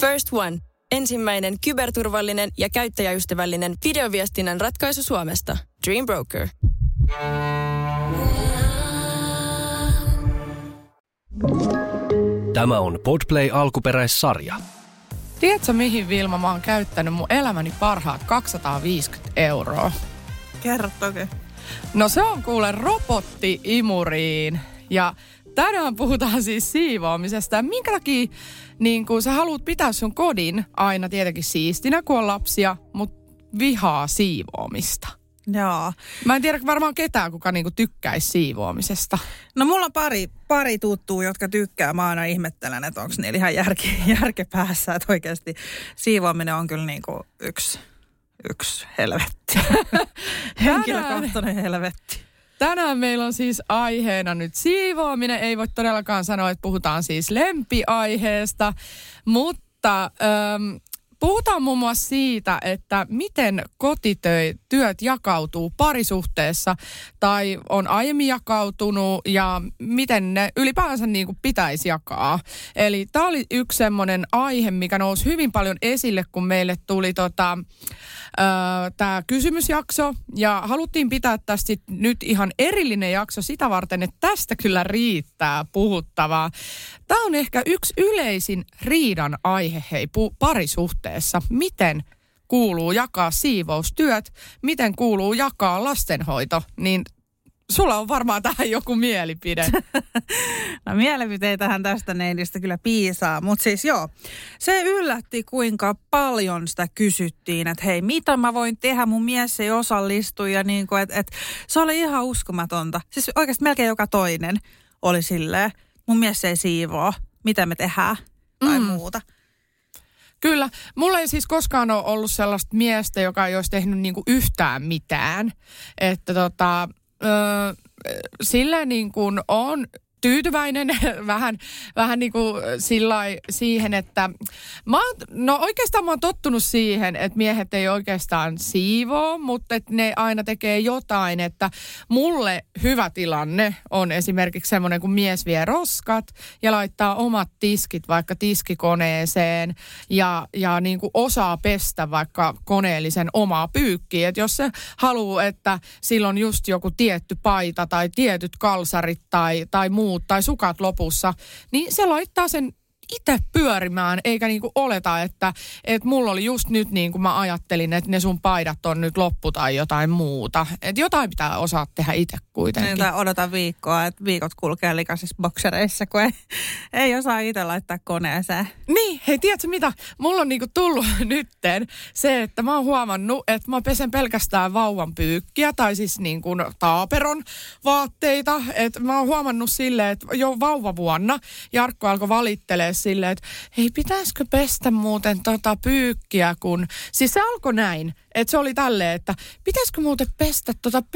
First One. Ensimmäinen kyberturvallinen ja käyttäjäystävällinen videoviestinnän ratkaisu Suomesta. Dream Broker. Tämä on Podplay alkuperäissarja. Tiedätkö mihin, Vilma, mä oon käyttänyt mun elämäni parhaat 250 €? Kerro toki. No se on kuule robotti-imuriin. Ja tänään puhutaan siis siivoamisesta. Minkä takia niin kun sä haluat pitää sun kodin aina tietenkin siistinä, kun on lapsia, mutta vihaa siivoamista? Joo. Mä en tiedä varmaan ketään, kuka niinku tykkäisi siivoamisesta. No mulla on pari tuttua, jotka tykkää. Mä aina ihmettelen, että onko niillä ihan järke päässä. Että oikeasti siivoaminen on kyllä niinku yksi helvetti. Henkilökohtainen helvetti. Tänään meillä on siis aiheena nyt siivoaminen. Ei voi todellakaan sanoa, että puhutaan siis lempiaiheesta, mutta puhutaan muun muassa siitä, että miten kotityöt jakautuu parisuhteessa tai on aiemmin jakautunut ja miten ne ylipäänsä niin kuin pitäisi jakaa. Eli tämä oli yksi semmoinen aihe, mikä nousi hyvin paljon esille, kun meille tuli tämä kysymysjakso ja haluttiin pitää tästä nyt ihan erillinen jakso sitä varten, että tästä kyllä riittää puhuttavaa. Tämä on ehkä yksi yleisin riidan aihe parisuhteessa. Miten kuuluu jakaa siivoustyöt, miten kuuluu jakaa lastenhoito, niin sulla on varmaan tähän joku mielipide. No mielipiteitähän tästä neidistä kyllä piisaa, mutta siis joo. Se yllätti, kuinka paljon sitä kysyttiin, että hei, mitä mä voin tehdä, mun mies ei osallistu ja niin kuin, että se oli ihan uskomatonta. Siis oikeasti melkein joka toinen oli silleen, mun mies ei siivoo, mitä me tehdään tai muuta. Kyllä. Mulla ei siis koskaan ole ollut sellaista miestä, joka ei olisi tehnyt niinku yhtään mitään. Että silleen niin kuin on tyytyväinen vähän niin kuin siihen, että oikeastaan mä oon tottunut siihen, että miehet ei oikeastaan siivoo, mutta että ne aina tekee jotain, että mulle hyvä tilanne on esimerkiksi semmoinen, kun mies vie roskat ja laittaa omat tiskit vaikka tiskikoneeseen ja niin kuin osaa pestä vaikka koneellisen omaa pyykkiä, että jos se haluaa, että sillä on just joku tietty paita tai tietyt kalsarit tai muu, tai sukat lopussa, niin se laittaa sen itse pyörimään, eikä niinku oleta, että mulla oli just nyt niin kuin mä ajattelin, että ne sun paidat on nyt loppu tai jotain muuta. Että jotain pitää osaa tehdä itse kuitenkin. Niin, odota viikkoa, että viikot kulkee likaisissa boksereissa, kun ei osaa itse laittaa koneeseen. Niin, hei, tiedätkö mitä? Mulla on niinku tullut nytten se, että mä oon huomannut, että mä pesen pelkästään vauvan pyykkiä tai siis niin kuin taaperon vaatteita. Että mä oon huomannut silleen, että jo vauvavuonna Jarkko alkoi valittelee silleen, että hei, pitäisikö pestä muuten pyykkiä, kun... Siis se alkoi näin, että se oli tälleen, että pitäisikö muuten pestä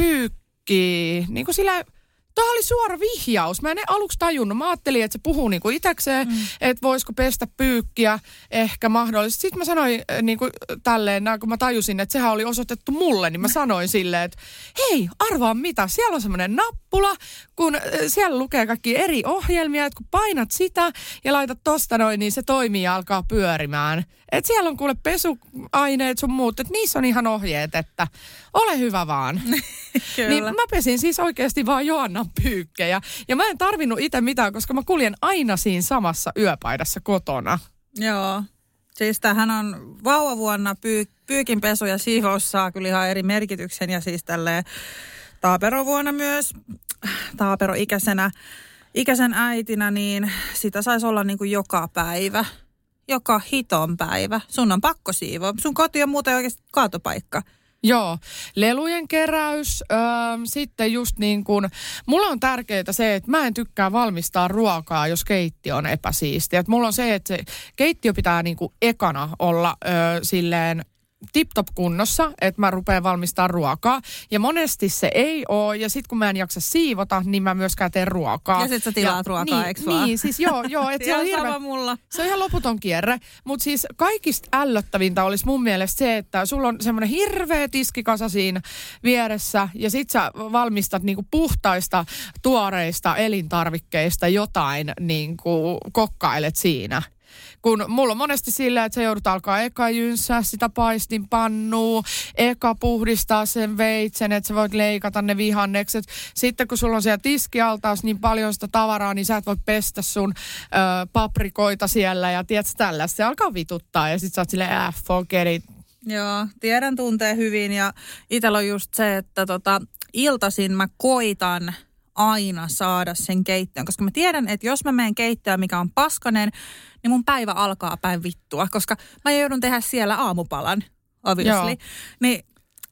pyykkiä, niin kuin sillä... Tämä oli suora vihjaus. Mä en aluksi tajunnut. Mä ajattelin, että se puhuu niinku itsekseen, että voisiko pestä pyykkiä ehkä mahdollisesti. Sitten mä sanoin niinku tälleen, kun mä tajusin, että sehän oli osoitettu mulle, niin mä sanoin silleen, että hei, arvaa mitä, siellä on semmoinen nappula, kun siellä lukee kaikki eri ohjelmia, että kun painat sitä ja laitat tosta noin, niin se toimii ja alkaa pyörimään. Että siellä on kuule pesuaineet sun muut, että niissä on ihan ohjeet, että ole hyvä vaan. Niin mä pesin siis oikeasti vaan Joannan pyykkejä. Ja mä en tarvinnut itse mitään, koska mä kuljen aina siinä samassa yöpaidassa kotona. Joo. Siis tämähän on vauvavuonna pyykinpesu ja siivous saa kyllä ihan eri merkityksen. Ja siis tälleen taaperovuonna myös, taaperoikäisen äitinä, niin sitä saisi olla niin kuin joka päivä. Joka hiton päivä. Sun on pakko siivoa. Sun koti on muuten oikeasti kaatopaikka. Joo, lelujen keräys, sitten just niin kuin, mulla on tärkeää se, että mä en tykkää valmistaa ruokaa, jos keittiö on epäsiisti. Et mulla on se, että se keittiö pitää niin kuin ekana olla silleen tip-top kunnossa, että mä rupean valmistamaan ruokaa. Ja monesti se ei ole. Ja sitten kun mä en jaksa siivota, niin mä myöskään teen ruokaa. Ja sit sä tilaat ruokaa, niin, eikö vaan? Niin, siis joo. Et se on sama mulla. Se on ihan loputon kierre. Mutta siis kaikista ällöttävintä olisi mun mielestä se, että sulla on semmoinen hirveä tiskikasa siinä vieressä. Ja sit sä valmistat niinku puhtaista, tuoreista elintarvikkeista jotain, niinku kokkailet siinä. kun mulla on monesti silleen, että sä joudut alkaa eka jynsää sitä paistinpannua, eka puhdistaa sen veitsen, että sä voit leikata ne vihannekset. Sitten kun sulla on siellä tiskialtaus niin paljon sitä tavaraa, niin sä et voi pestä sun paprikoita siellä ja tiedätkö tällaista. Se alkaa vituttaa ja sit sä oot silleen, forget it. Joo, tiedän tuntee hyvin ja itsellä on just se, että iltaisin mä koitan aina saada sen keittiön, koska mä tiedän, että jos mä menen keittiöön, mikä on paskanen, niin mun päivä alkaa päin vittua, koska mä joudun tehdä siellä aamupalan, obviously. Niin,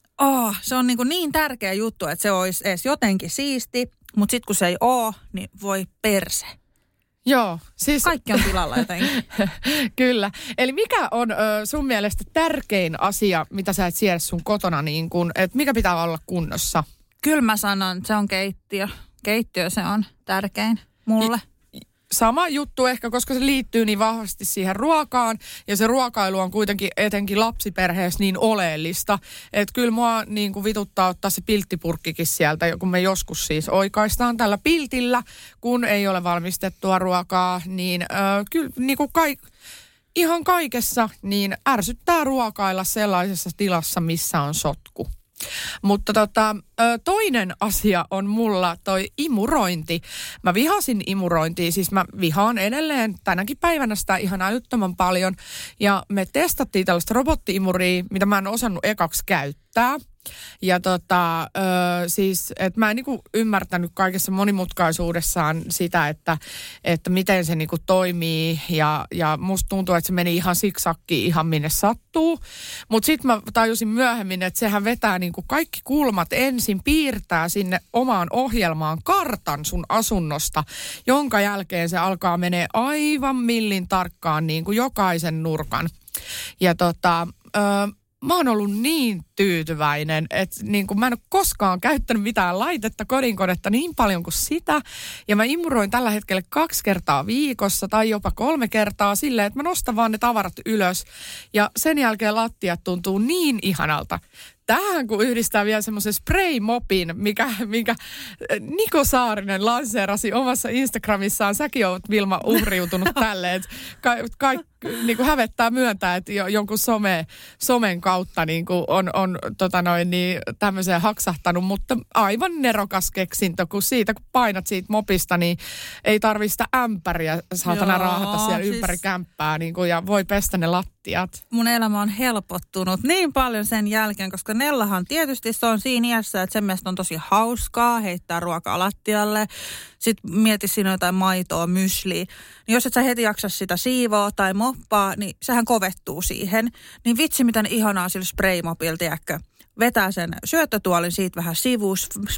se on niin tärkeä juttu, että se olisi edes jotenkin siisti, mutta sitten kun se ei ole, niin voi perse. Joo, siis... Kaikki on tilalla jotenkin. Kyllä. Eli mikä on sun mielestä tärkein asia, mitä sä et siedä sun kotona, niin kun, että mikä pitää olla kunnossa? Kyllä mä sanon, että se on keittiö. Keittiö se on tärkein mulle. Sama juttu ehkä, koska se liittyy niin vahvasti siihen ruokaan ja se ruokailu on kuitenkin etenkin lapsiperheessä niin oleellista, että kyllä mua niin kuin vituttaa ottaa se pilttipurkkikin sieltä, kun me joskus siis oikaistaan tällä piltillä, kun ei ole valmistettua ruokaa, niin kyllä niin kuin ihan kaikessa niin ärsyttää ruokailla sellaisessa tilassa, missä on sotku. Mutta toinen asia on mulla toi imurointi. Mä vihasin imurointia, siis mä vihaan edelleen tänäkin päivänä sitä ihan älyttömän paljon. Ja me testattiin tällaista robotti-imuria, mitä mä en osannut ekaksi käyttää. Ja siis, että mä en niinku ymmärtänyt kaikessa monimutkaisuudessaan sitä, että miten se niinku toimii. Ja musta tuntuu, että se meni ihan siksakkiin ihan minne sattuu. Mutta sitten mä tajusin myöhemmin, että sehän vetää niinku kaikki kulmat ensin, piirtää sinne omaan ohjelmaan kartan sun asunnosta, jonka jälkeen se alkaa menee aivan millin tarkkaan niinku jokaisen nurkan. Ja mä oon ollut niin tyytyväinen, että niin kun mä en ole koskaan käyttänyt mitään laitetta, kodinkonetta niin paljon kuin sitä. Ja mä imuroin tällä hetkellä 2 kertaa viikossa tai jopa 3 kertaa silleen, että mä nostan vaan ne tavarat ylös. Ja sen jälkeen lattiat tuntuu niin ihanalta. Tähän kun yhdistää vielä semmoisen spray-mopin, minkä Niko Saarinen lanseerasi omassa Instagramissaan. Säkin oot, Vilma, uhriutunut tälle, että niin kuin hävettää myöntää, että jonkun somen kautta niin kuin on tämmöiseen haksahtanut, mutta aivan nerokas keksintö, kun painat siitä mopista, niin ei tarvitse sitä ämpäriä saatana raahata siellä ympäri kämppää niin kuin, ja voi pestä ne lattiat. Mun elämä on helpottunut niin paljon sen jälkeen, koska Nellahan tietysti se on siinä iässä, että sen mielestä on tosi hauskaa heittää ruokaa lattialle. Sitten mieti siinä jotain maitoa, mysliä. Niin jos et sä heti jaksa sitä siivoa tai moppaa, niin sehän kovettuu siihen. Niin vitsi miten ihanaa sillä spraymopilla, tiedätkö? Vetää sen syöttötuolin siitä vähän sivuun.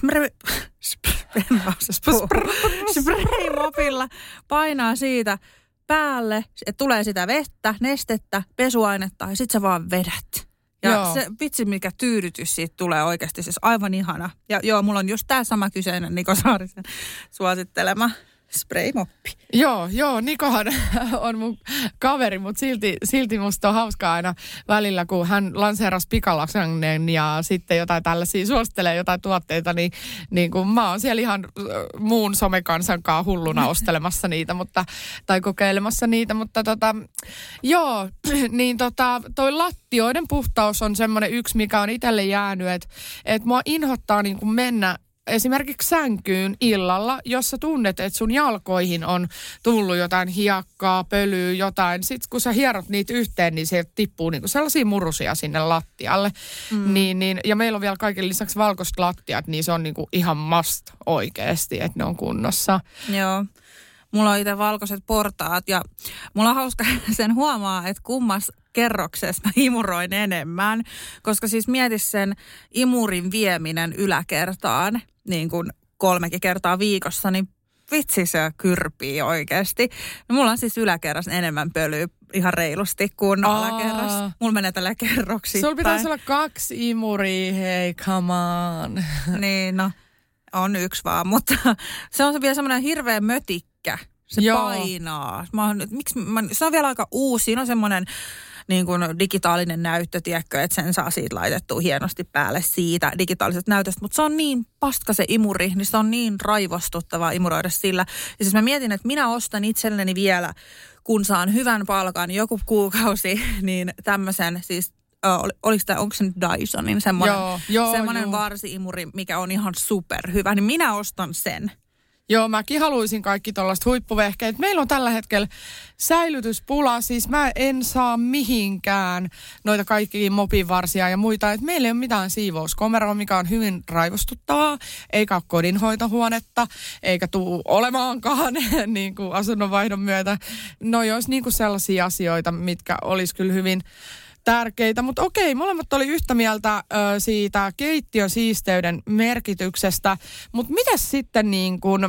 Spraymopilla painaa siitä päälle, että tulee sitä vettä, nestettä, pesuainetta ja sit sä vaan vedät. Ja se vitsi, mikä tyydytys siitä tulee oikeasti, siis aivan ihana. Ja joo, mulla on just tää sama kyseinen Niko Saarisen suosittelema spraymoppi. Joo, Nikohan on mun kaveri, mutta silti musta on hauskaa aina välillä, kun hän lanseerasi pikalasagnen ja sitten jotain tällaisia, suosittelee jotain tuotteita, niin kun mä oon siellä ihan muun somekansankaan hulluna ostelemassa niitä, tai kokeilemassa niitä, mutta niin toi lattioiden puhtaus on semmoinen yksi, mikä on itselle jäänyt, että mua inhottaa niin kuin mennä esimerkiksi sänkyyn illalla, jossa tunnet, että sun jalkoihin on tullut jotain hiekkaa, pölyä, jotain. Sitten kun sä hierot niitä yhteen, niin sieltä tippuu niinku sellaisia murusia sinne lattialle. Ja meillä on vielä kaiken lisäksi valkoiset lattiat, niin se on niinku ihan must oikeasti, että ne on kunnossa. Joo. Mulla on itse valkoiset portaat ja mulla on hauska sen huomaa, että kummas kerroksessa mä imuroin enemmän, koska siis mieti sen imurin vieminen yläkertaan niin kuin 3 kertaa viikossa, niin vitsi se kyrpii oikeasti. No, mulla on siis yläkerrassa enemmän pölyä ihan reilusti kuin alakerrassa. Mulla menee tällä kerroksittain. Sulla pitäisi olla 2 imuria, hei, come on. Niin, no on 1 vaan, mutta se on vielä semmoinen hirveä mötikkä. Se painaa. Se on vielä aika uusi. Siinä on semmoinen niin kuin digitaalinen näyttö, tiedätkö, että sen saa siitä laitettua hienosti päälle siitä digitaalisesta näytöstä. Mutta se on niin paska se imuri, niin se on niin raivostuttavaa imuroida sillä. Ja siis mä mietin, että minä ostan itselleni vielä, kun saan hyvän palkan joku kuukausi, niin tämmöisen siis onko se nyt Dysonin semmoinen varsi-imuri, mikä on ihan superhyvä, niin minä ostan sen. Joo, mäkin haluaisin kaikki tollaista huippuvehkeet. Meillä on tällä hetkellä säilytyspula, siis mä en saa mihinkään noita kaikki mopinvarsia ja muita. Et meillä ei ole mitään siivouskomeroa, mikä on hyvin raivostuttavaa, eikä ole kodinhoitohuonetta, eikä tule olemaankaan niin kuin asunnonvaihdon myötä. No olisi niin kuin sellaisia asioita, mitkä olisi kyllä hyvin tärkeitä, mutta okei, molemmat oli yhtä mieltä siitä keittiön siisteyden merkityksestä, mutta mitäs sitten niin kun,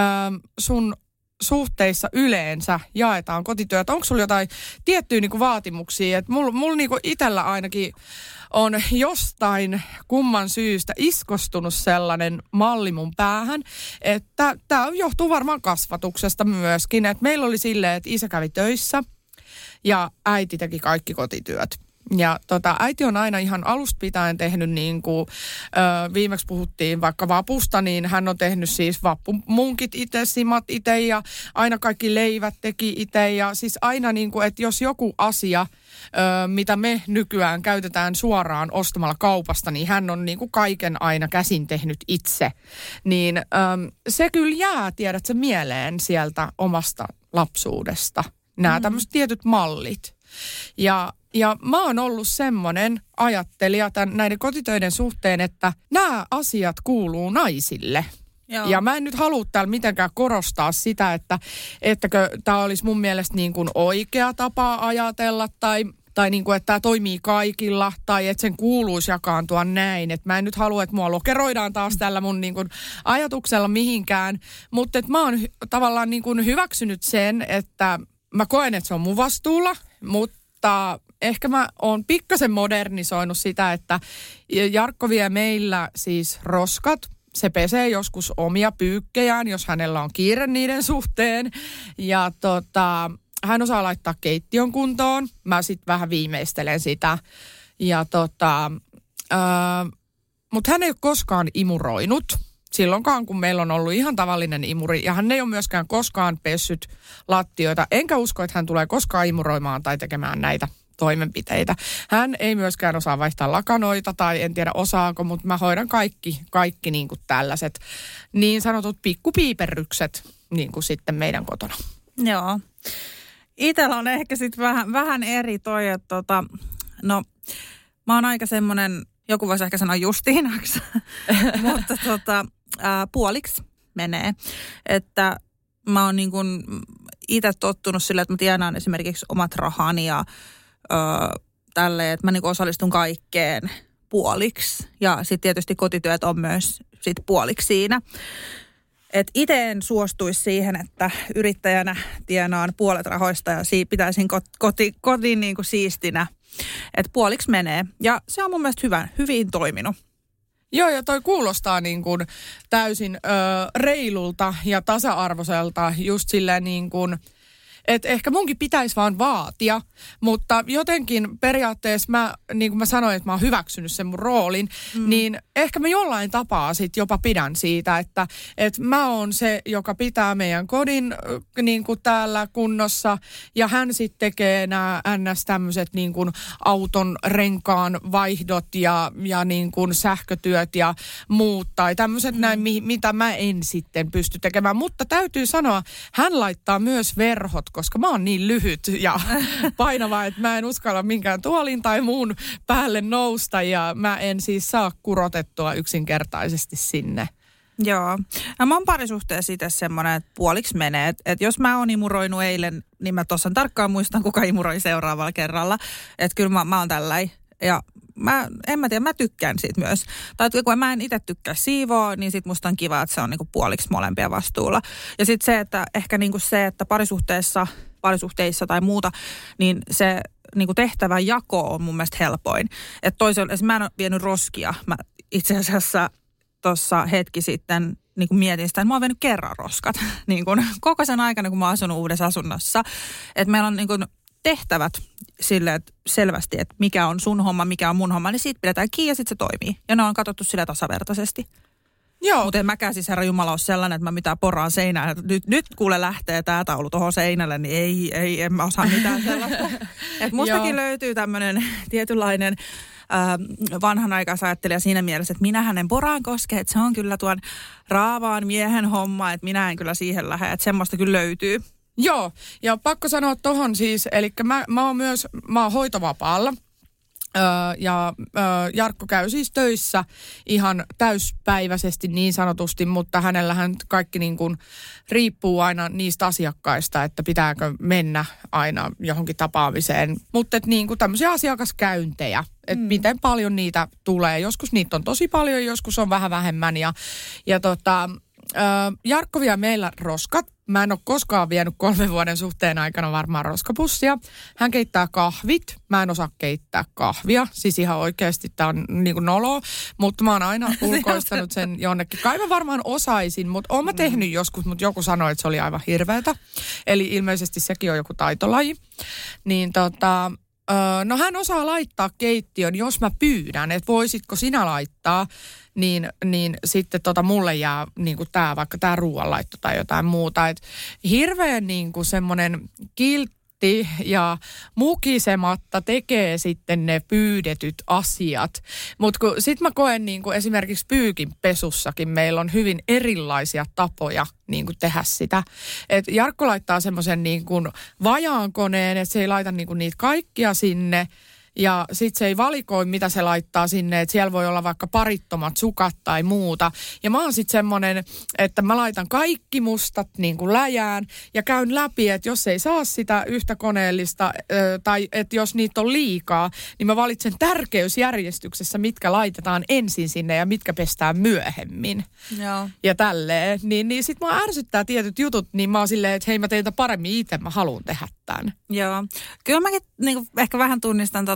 sun suhteissa yleensä jaetaan kotityötä? Onko sulla jotain tiettyjä niin kun vaatimuksia? Et mulla niin kun itsellä ainakin on jostain kumman syystä iskostunut sellainen malli mun päähän, että tämä johtuu varmaan kasvatuksesta myöskin, että meillä oli silleen, että isä kävi töissä ja äiti teki kaikki kotityöt. Ja äiti on aina ihan alusta pitäen tehnyt niin kuin viimeksi puhuttiin vaikka vapusta, niin hän on tehnyt siis vappumunkit itse, simat itse ja aina kaikki leivät teki itse. Ja siis aina niin kuin, että jos joku asia, mitä me nykyään käytetään suoraan ostamalla kaupasta, niin hän on niin kuin kaiken aina käsin tehnyt itse. Niin se kyllä jää, tiedätkö, mieleen sieltä omasta lapsuudesta. Nämä tämmöiset tietyt mallit. Ja mä oon ollut semmoinen ajattelija näiden kotitöiden suhteen, että nämä asiat kuuluu naisille. Joo. Ja mä en nyt halua täällä mitenkään korostaa sitä, ettäkö tämä olisi mun mielestä niin kuin oikea tapa ajatella tai niin kuin, että tämä toimii kaikilla, tai että sen kuuluisi jakaantua näin. Että mä en nyt halua, että mua lokeroidaan taas tällä mun niin kuin ajatuksella mihinkään, mutta että mä oon tavallaan niin kuin hyväksynyt sen, että mä koen, että se on mun vastuulla, mutta ehkä mä oon pikkasen modernisoinut sitä, että Jarkko vie meillä siis roskat. Se pesee joskus omia pyykkejään, jos hänellä on kiire niiden suhteen. Ja hän osaa laittaa keittiön kuntoon. Mä sitten vähän viimeistelen sitä. Ja mutta hän ei ole koskaan imuroinut. Silloinkaan, kun meillä on ollut ihan tavallinen imuri. Ja hän ei ole myöskään koskaan pessyt lattioita. Enkä usko, että hän tulee koskaan imuroimaan tai tekemään näitä toimenpiteitä. Hän ei myöskään osaa vaihtaa lakanoita tai en tiedä osaako, mutta mä hoidan kaikki niin kuin tällaiset niin sanotut pikkupiiperrykset niin kuin sitten meidän kotona. Joo. Itsellä on ehkä sitten vähän eri toi, että no mä oon aika semmoinen, joku voisi ehkä sanoa Justiinaksi, mutta puoliksi menee. Että mä oon niin kuin itse tottunut sille, että mä tienaan esimerkiksi omat rahani ja tälleen, että mä niin kuin osallistun kaikkeen puoliksi. Ja sitten tietysti kotityöt on myös sit puoliksi siinä. Että itse en suostuisi siihen, että yrittäjänä tienaan puolet rahoista ja pitäisin kotiin niin kuin siistinä. Että puoliksi menee. Ja se on mun mielestä hyvin toiminut. Joo, ja toi kuulostaa niin kuin täysin reilulta ja tasa-arvoiselta just silleen niin kuin, että ehkä munkin pitäisi vaan vaatia, mutta jotenkin periaatteessa niin kuin mä sanoin, että mä oon hyväksynyt sen mun roolin, niin ehkä mä jollain tapaa sit jopa pidän siitä, että mä oon se, joka pitää meidän kodin niin kuin täällä kunnossa ja hän sitten tekee nämä ns. Tämmöiset niin kuin auton renkaan vaihdot ja niin kuin sähkötyöt ja muut tai tämmöiset näin, mitä mä en sitten pysty tekemään, mutta täytyy sanoa, hän laittaa myös verhot, koska mä oon niin lyhyt ja painava, että mä en uskalla minkään tuolin tai muun päälle nousta ja mä en siis saa kurotettua yksinkertaisesti sinne. Joo. Ja mä oon parisuhteessa itse semmoinen, että puoliksi menee. Että jos mä oon imuroinut eilen, niin mä tossa tarkkaan muistan, kuka imuroi seuraavalla kerralla. Että kyllä mä oon tälläin. Ja mä tykkään siitä myös. Tai kun mä en itse tykkää siivoa, niin sit musta on kiva, että se on niinku puoliksi molempia vastuulla. Ja sit se, että ehkä niinku se, että parisuhteissa tai muuta, niin se niinku tehtävän jako on mun mielestä helpoin. Että toisaalta, mä en ole vienyt roskia. Mä itse asiassa tuossa hetki sitten niin kuin mietin sitä, että mä oon vienyt kerran roskat niin kuin koko sen aikana, kun mä oon asunut uudessa asunnossa. Että meillä on niin kuin tehtävät silleen, että selvästi, että mikä on sun homma, mikä on mun homma, niin siitä pidetään kiinni ja sitten se toimii. Ja ne on katsottu sille tasavertaisesti. Joo. Mutta en mäkään siis, herra Jumala, ole sellainen, että mä mitään poraan seinään. Että nyt kuule lähtee tää taulu tuohon seinälle, niin ei, en mä osaa mitään sellaista. Että mustakin löytyy tämmöinen tietynlainen vanhanaikaisajattelija siinä mielessä, että minähän en poraan koske, että se on kyllä tuon raavaan miehen homma, että minä en kyllä siihen lähde, että semmoista kyllä löytyy. Joo, ja pakko sanoa tohon siis, eli mä oon hoitovapaalla. Jarkko käy siis töissä ihan täyspäiväisesti niin sanotusti, mutta hänellähän kaikki niin kuin riippuu aina niistä asiakkaista, että pitääkö mennä aina johonkin tapaamiseen. Mutta niin kuin tämmöisiä asiakaskäyntejä, että miten paljon niitä tulee. Joskus niitä on tosi paljon, joskus on vähän vähemmän Jarkko vie meillä roskat. Mä en ole koskaan vienyt 3 vuoden suhteen aikana varmaan roskapussia. Hän keittää kahvit. Mä en osaa keittää kahvia. Siis ihan oikeasti tää on niinku noloa. Mutta mä oon aina ulkoistanut sen jonnekin. Kai mä varmaan osaisin, mutta oon mä tehnyt joskus. Mutta joku sanoi, että se oli aivan hirveätä. Eli ilmeisesti sekin on joku taitolaji. Niin no hän osaa laittaa keittiön, jos mä pyydän, että voisitko sinä laittaa, niin sitten mulle jää niinku vaikka tää ruoanlaitto tai jotain muuta. Et hirveän niinku semmoinen kiltti ja mukisematta tekee sitten ne pyydetyt asiat. Mutta sitten mä koen niinku esimerkiksi pyykinpesussakin meillä on hyvin erilaisia tapoja niinku tehdä sitä. Et Jarkko laittaa semmoisen niinku vajaankoneen, että se ei laita niinku niitä kaikkia sinne. Ja sitten se ei valikoi, mitä se laittaa sinne, että siellä voi olla vaikka parittomat sukat tai muuta. Ja mä oon sitten semmoinen, että mä laitan kaikki mustat niin kuin läjään ja käyn läpi, että jos ei saa sitä yhtä koneellista tai että jos niitä on liikaa, niin mä valitsen tärkeysjärjestyksessä, mitkä laitetaan ensin sinne ja mitkä pestään myöhemmin. Joo. Ja tälleen. Niin sit mä ärsyttää tietyt jutut, niin mä oon silleen, että hei mä teen paremmin itse, mä haluan tehdä tämän. Joo. Kyllä mäkin niin ehkä vähän tunnistan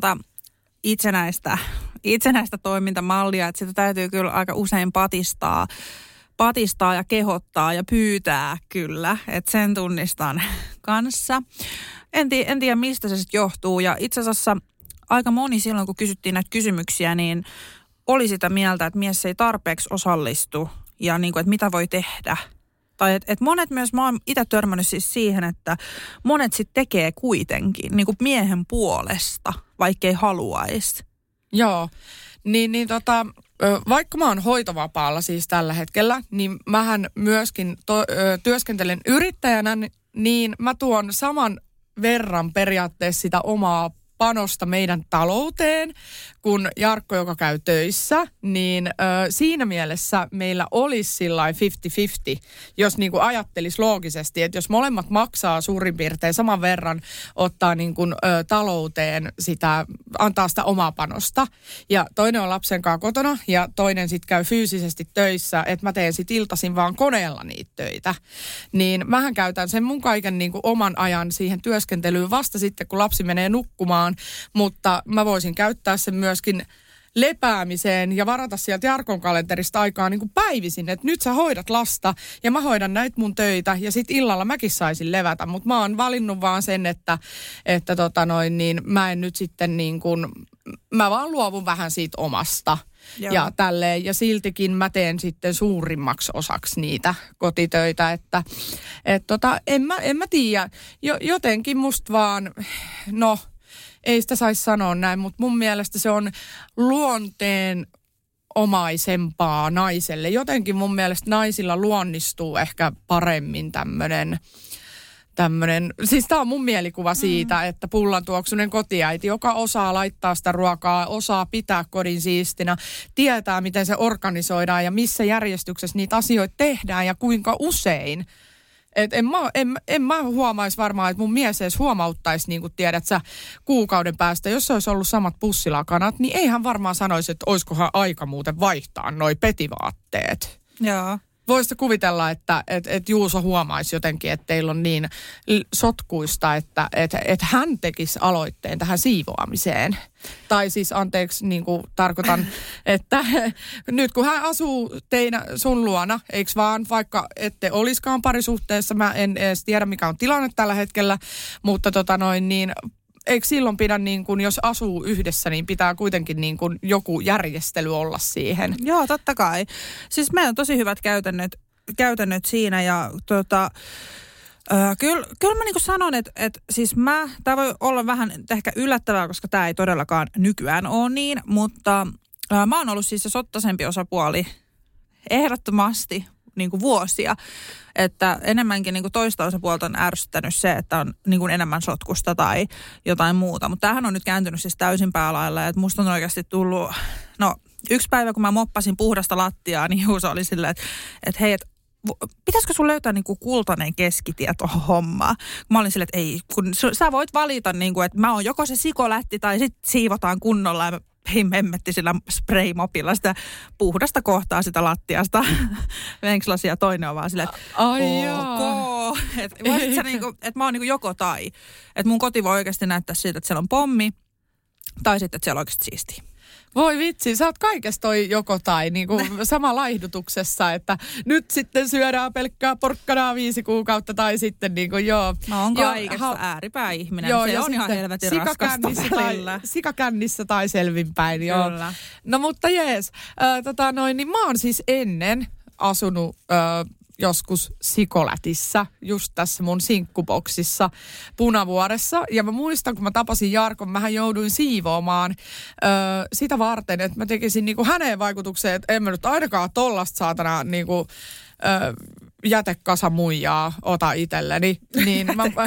itsenäistä toimintamallia, että sitä täytyy kyllä aika usein patistaa ja kehottaa ja pyytää kyllä, että sen tunnistan kanssa. En tiedä mistä se sitten johtuu ja itse asiassa aika moni silloin kun kysyttiin näitä kysymyksiä, niin oli sitä mieltä, että mies ei tarpeeksi osallistu ja niin kuin, että mitä voi tehdä. Tai että monet myös, mä oon itse törmännyt siis siihen, että monet sitten tekee kuitenkin niin kuin miehen puolesta, vaikkei haluaisi. Joo, vaikka mä oon hoitovapaalla siis tällä hetkellä, niin mähän myöskin työskentelen yrittäjänä, niin mä tuon saman verran periaatteessa sitä omaa panosta meidän talouteen, kun Jarkko, joka käy töissä, niin siinä mielessä meillä olisi sillain 50-50, jos niin kuin ajattelisi loogisesti, että jos molemmat maksaa suurin piirtein saman verran, ottaa niin kuin, talouteen sitä, antaa sitä omaa panosta, ja toinen on lapsen kanssa kotona, ja toinen sitten käy fyysisesti töissä, että mä teen sitten iltaisin vaan koneella niitä töitä, niin mähän käytän sen mun kaiken niin kuin oman ajan siihen työskentelyyn vasta sitten, kun lapsi menee nukkumaan, mutta mä voisin käyttää sen myöskin lepäämiseen ja varata sieltä Jarkon kalenterista aikaa niin kuin päivisin, että nyt sä hoidat lasta ja mä hoidan näitä mun töitä ja sit illalla mäkin saisin levätä, mutta mä oon valinnut vaan sen, että mä en nyt sitten niin kuin, mä vaan luovun vähän siitä omasta. Joo. Ja tälleen, ja siltikin mä teen sitten suurimmaksi osaksi niitä kotitöitä, että en mä tiedä, jotenkin musta vaan, ei sitä saisi sanoa näin, mutta mun mielestä se on luonteen omaisempaa naiselle. Jotenkin mun mielestä naisilla luonnistuu ehkä paremmin tämmöinen, siis tää on mun mielikuva siitä, että pullantuoksunen kotiäiti, joka osaa laittaa sitä ruokaa, osaa pitää kodin siistinä, tietää miten se organisoidaan ja missä järjestyksessä niitä asioita tehdään ja kuinka usein. Et en mä huomaisi varmaan, että mun mies edes huomauttaisi, niin kuin tiedät sä, kuukauden päästä, jos se olisi ollut samat pussilakanat, niin ei hän varmaan sanoisi, että olisikohan aika muuten vaihtaa noi petivaatteet. Joo. voisitte kuvitella, että Juuso huomaisi jotenkin, että teillä on niin sotkuista, että hän tekisi aloitteen tähän siivoamiseen. Tai siis anteeksi, niin kuin tarkoitan, että nyt kun hän asuu sun luona, eikö vaan, vaikka ette olisikaan parisuhteessa, mä en edes tiedä mikä on tilanne tällä hetkellä, mutta niin eikö silloin pidä, niin kuin, jos asuu yhdessä, niin pitää kuitenkin niin kuin joku järjestely olla siihen? Joo, totta kai. Siis meillä on tosi hyvät käytännöt siinä ja kyllä mä niinku sanon, että siis tämä voi olla vähän ehkä yllättävää, koska tämä ei todellakaan nykyään ole niin, mutta mä oon ollut siis se sottaisempi osapuoli ehdottomasti niinku vuosia, että enemmänkin niinku toista osapuolta on ärsyttänyt se, että on niinku enemmän sotkusta tai jotain muuta, mutta tämähän on nyt kääntynyt siis täysin päälailla, että musta on oikeasti tullut, yksi päivä kun mä moppasin puhdasta lattiaa, niin Juuso oli silleen, että hei, pitäisikö sun löytää niinku kultainen keskitie tuohon hommaan? Mä olin silleen, että ei, kun sä voit valita, niinku, että mä oon joko se sikolätti tai sit siivotaan kunnolla ja hemmetti sillä spraymopilla sitä puhdasta kohtaa sitä lattiasta. Venkslasia toinen on vaan silleen, että että mä oon niinku joko tai. Että mun koti voi oikeasti näyttää siltä, että siellä on pommi tai sitten, että siellä on oikeasti siistiä. Voi vitsi, sä oot kaikesta toi joko tai niin kuin sama laihdutuksessa, että nyt sitten syödään pelkkää porkkanaa 5 kuukautta tai sitten niin kuin joo. Mä oon kaikesta ääripääihminen, joo, se on ihan helvetin raskasta välillä. Sikakännissä tai selvinpäin, joo. Kyllä. No mutta jees, niin mä oon siis ennen asunut joskus Sikolätissä, just tässä mun sinkkuboksissa Punavuoressa. Ja mä muistan, kun mä tapasin Jarkon, mähän jouduin siivoamaan sitä varten, että mä tekisin niinku häneen vaikutukseen, että en mä nyt ainakaan tollasta saatana niinku jätekasamuijaa ota itselleni. Niin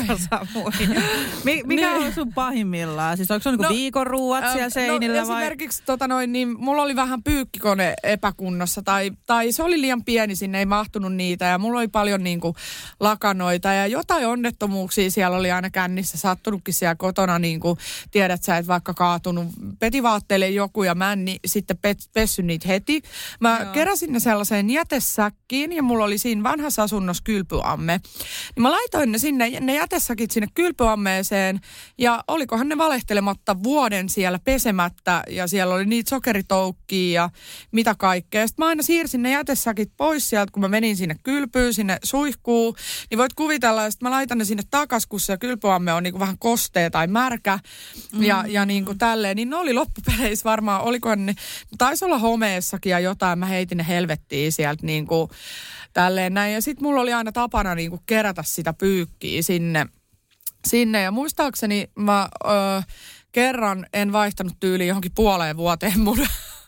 Mikä on sun pahimmillaan? Siis onko se niinku viikonruuat siellä seinillä vai? Esimerkiksi niin mulla oli vähän pyykkikone epäkunnossa tai se oli liian pieni, sinne ei mahtunut niitä ja mulla oli paljon niinku lakanoita ja jotain onnettomuuksia siellä oli aina kännissä sattunutkin siellä kotona, niinku tiedät sä, että vaikka kaatunut petivaatteille joku ja mä en sitten pessy niitä heti. Mä keräsin ne sellaiseen jätesäkkiin ja mulla oli siinä vanhassa asunnossa kylpyamme. Niin mä laitoin ne jätesäkit sinne kylpyammeeseen ja olikohan ne valehtelematta vuoden siellä pesemättä ja siellä oli niitä sokeritoukkia ja mitä kaikkea. Sitten mä aina siirsin ne jätesäkit pois sieltä, kun mä menin sinne kylpyyn, sinne suihkuun. Niin voit kuvitella, että mä laitan ne sinne takas, kun se kylpyamme on niinku vähän kostea tai märkä ja niinku tälleen. Niin ne oli loppupeleissä varmaan, olikohan ne, taisi olla homeessakin ja jotain, mä heitin ne helvettiin sieltä niinku tälleen näin. Ja sitten mulla oli aina tapana niinku kerätä sitä pyykkiä sinne. Ja muistaakseni mä kerran en vaihtanut tyyliin johonkin puoleen vuoteen mun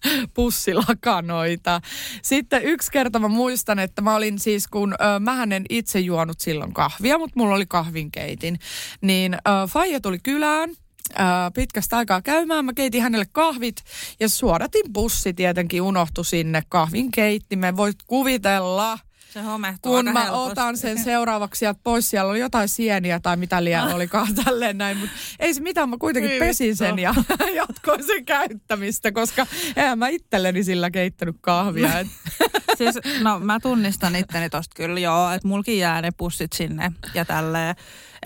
pussilakanoita. Sitten yksi kerta mä muistan, että mä olin siis, kun mähän en itse juonut silloin kahvia, mutta mulla oli kahvinkeitin. Niin faija tuli kylään. Pitkästä aikaa käymään. Mä keitin hänelle kahvit ja suodatin pussi tietenkin unohtui sinne kahvinkeittimeen. Voit kuvitella, se homehtuu kun mä helposti. Otan sen seuraavaksi sieltä pois. Siellä oli jotain sieniä tai mitä liian olikaan tälleen näin. Mutta ei se mitään, mä kuitenkin pesin sen ja jatkoin sen käyttämistä, koska eihän mä itselleni sillä keittänyt kahvia. Siis, mä tunnistan itteni tosta kyllä joo, että mulkin jää ne pussit sinne ja tälleen.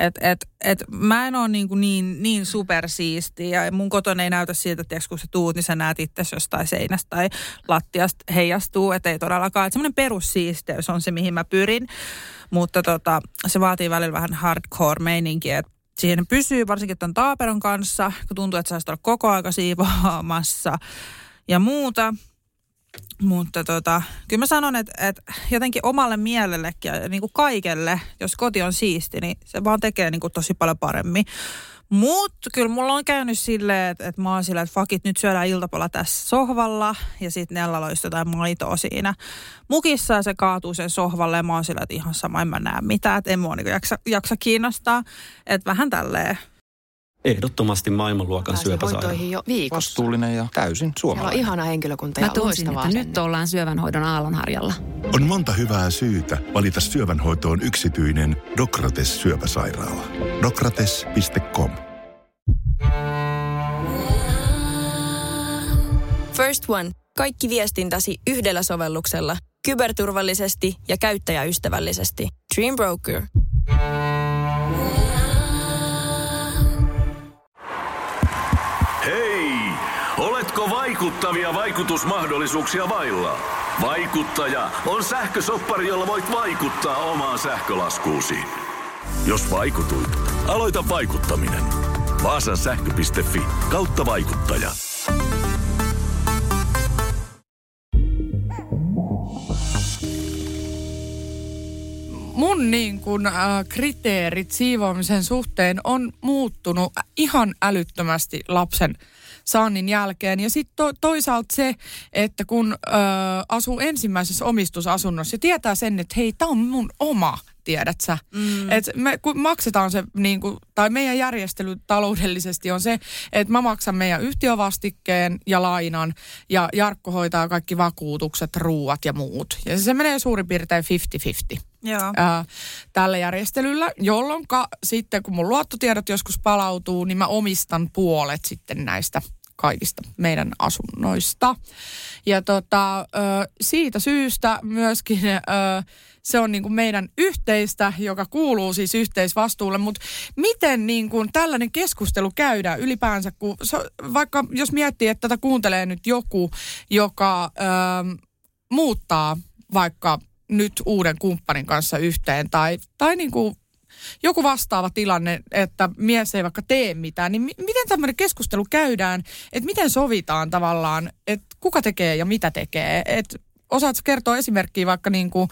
Et mä en ole niin supersiistiä ja mun kotona ei näytä siltä, että kun sä tuut, niin sä näet itsesi jostain seinästä tai lattiasta heijastuu, et ei todellakaan. Että semmoinen perussiisteys on se, mihin mä pyrin, mutta se vaatii välillä vähän hardcore-meininkiä, että siihen pysyy varsinkin tämän taaperon kanssa, kun tuntuu, että sä olla koko aika siivoamassa ja muuta. Mutta kyllä mä sanon, että jotenkin omalle mielellekin ja niin kuin kaikelle, jos koti on siisti, niin se vaan tekee niin kuin tosi paljon paremmin. Mutta kyllä mulla on käynyt silleen, että mä oon silleen, että fuck it, nyt syödään iltapala tässä sohvalla ja sitten Nella loisi jotain maitoa siinä mukissa ja se kaatuu sen sohvalle ja mä oon silleen, että ihan sama, en mä näe mitään, että en mua niin jaksa kiinnostaa. Että vähän tälleen. Ehdottomasti maailmanluokan syöpäsairaala. Hoitoihin jo viikossa. Vastuullinen ja täysin suomalainen. Siellä on ihana henkilökunta ja loistavaa että nyt ollaan syövänhoidon aallonharjalla. On monta hyvää syytä valita syövänhoitoon yksityinen Docrates syöpäsairaala. Docrates.com. First One. Kaikki viestintäsi yhdellä sovelluksella. kyberturvallisesti ja käyttäjäystävällisesti. Dream Broker. Hei! Oletko vaikuttavia vaikutusmahdollisuuksia vailla? Vaikuttaja on sähkösoppari, jolla voit vaikuttaa omaan sähkölaskuusi. Jos vaikutuit, aloita vaikuttaminen. Vaasan sähkö.fi/vaikuttaja. Mun kriteerit siivoamisen suhteen on muuttunut ihan älyttömästi lapsen saannin jälkeen. Ja sitten toisaalta se, että kun asuu ensimmäisessä omistusasunnossa ja tietää sen, että hei, tää on mun oma, tiedät sä. Että me kun maksetaan se, tai meidän järjestely taloudellisesti on se, että mä maksan meidän yhtiövastikkeen ja lainan ja Jarkko hoitaa kaikki vakuutukset, ruuat ja muut. Ja se menee suurin piirtein 50-50. Joo. Tällä järjestelyllä, jolloin sitten kun mun luottotiedot joskus palautuu, niin mä omistan puolet sitten näistä kaikista meidän asunnoista. Ja siitä syystä myöskin se on meidän yhteistä, joka kuuluu siis yhteisvastuulle. Mutta miten tällainen keskustelu käydään ylipäänsä, kun vaikka jos miettii, että tätä kuuntelee nyt joku, joka muuttaa vaikka nyt uuden kumppanin kanssa yhteen tai joku vastaava tilanne, että mies ei vaikka tee mitään, niin miten tämmöinen keskustelu käydään, että miten sovitaan tavallaan, että kuka tekee ja mitä tekee, että osaatko kertoa esimerkkiä vaikka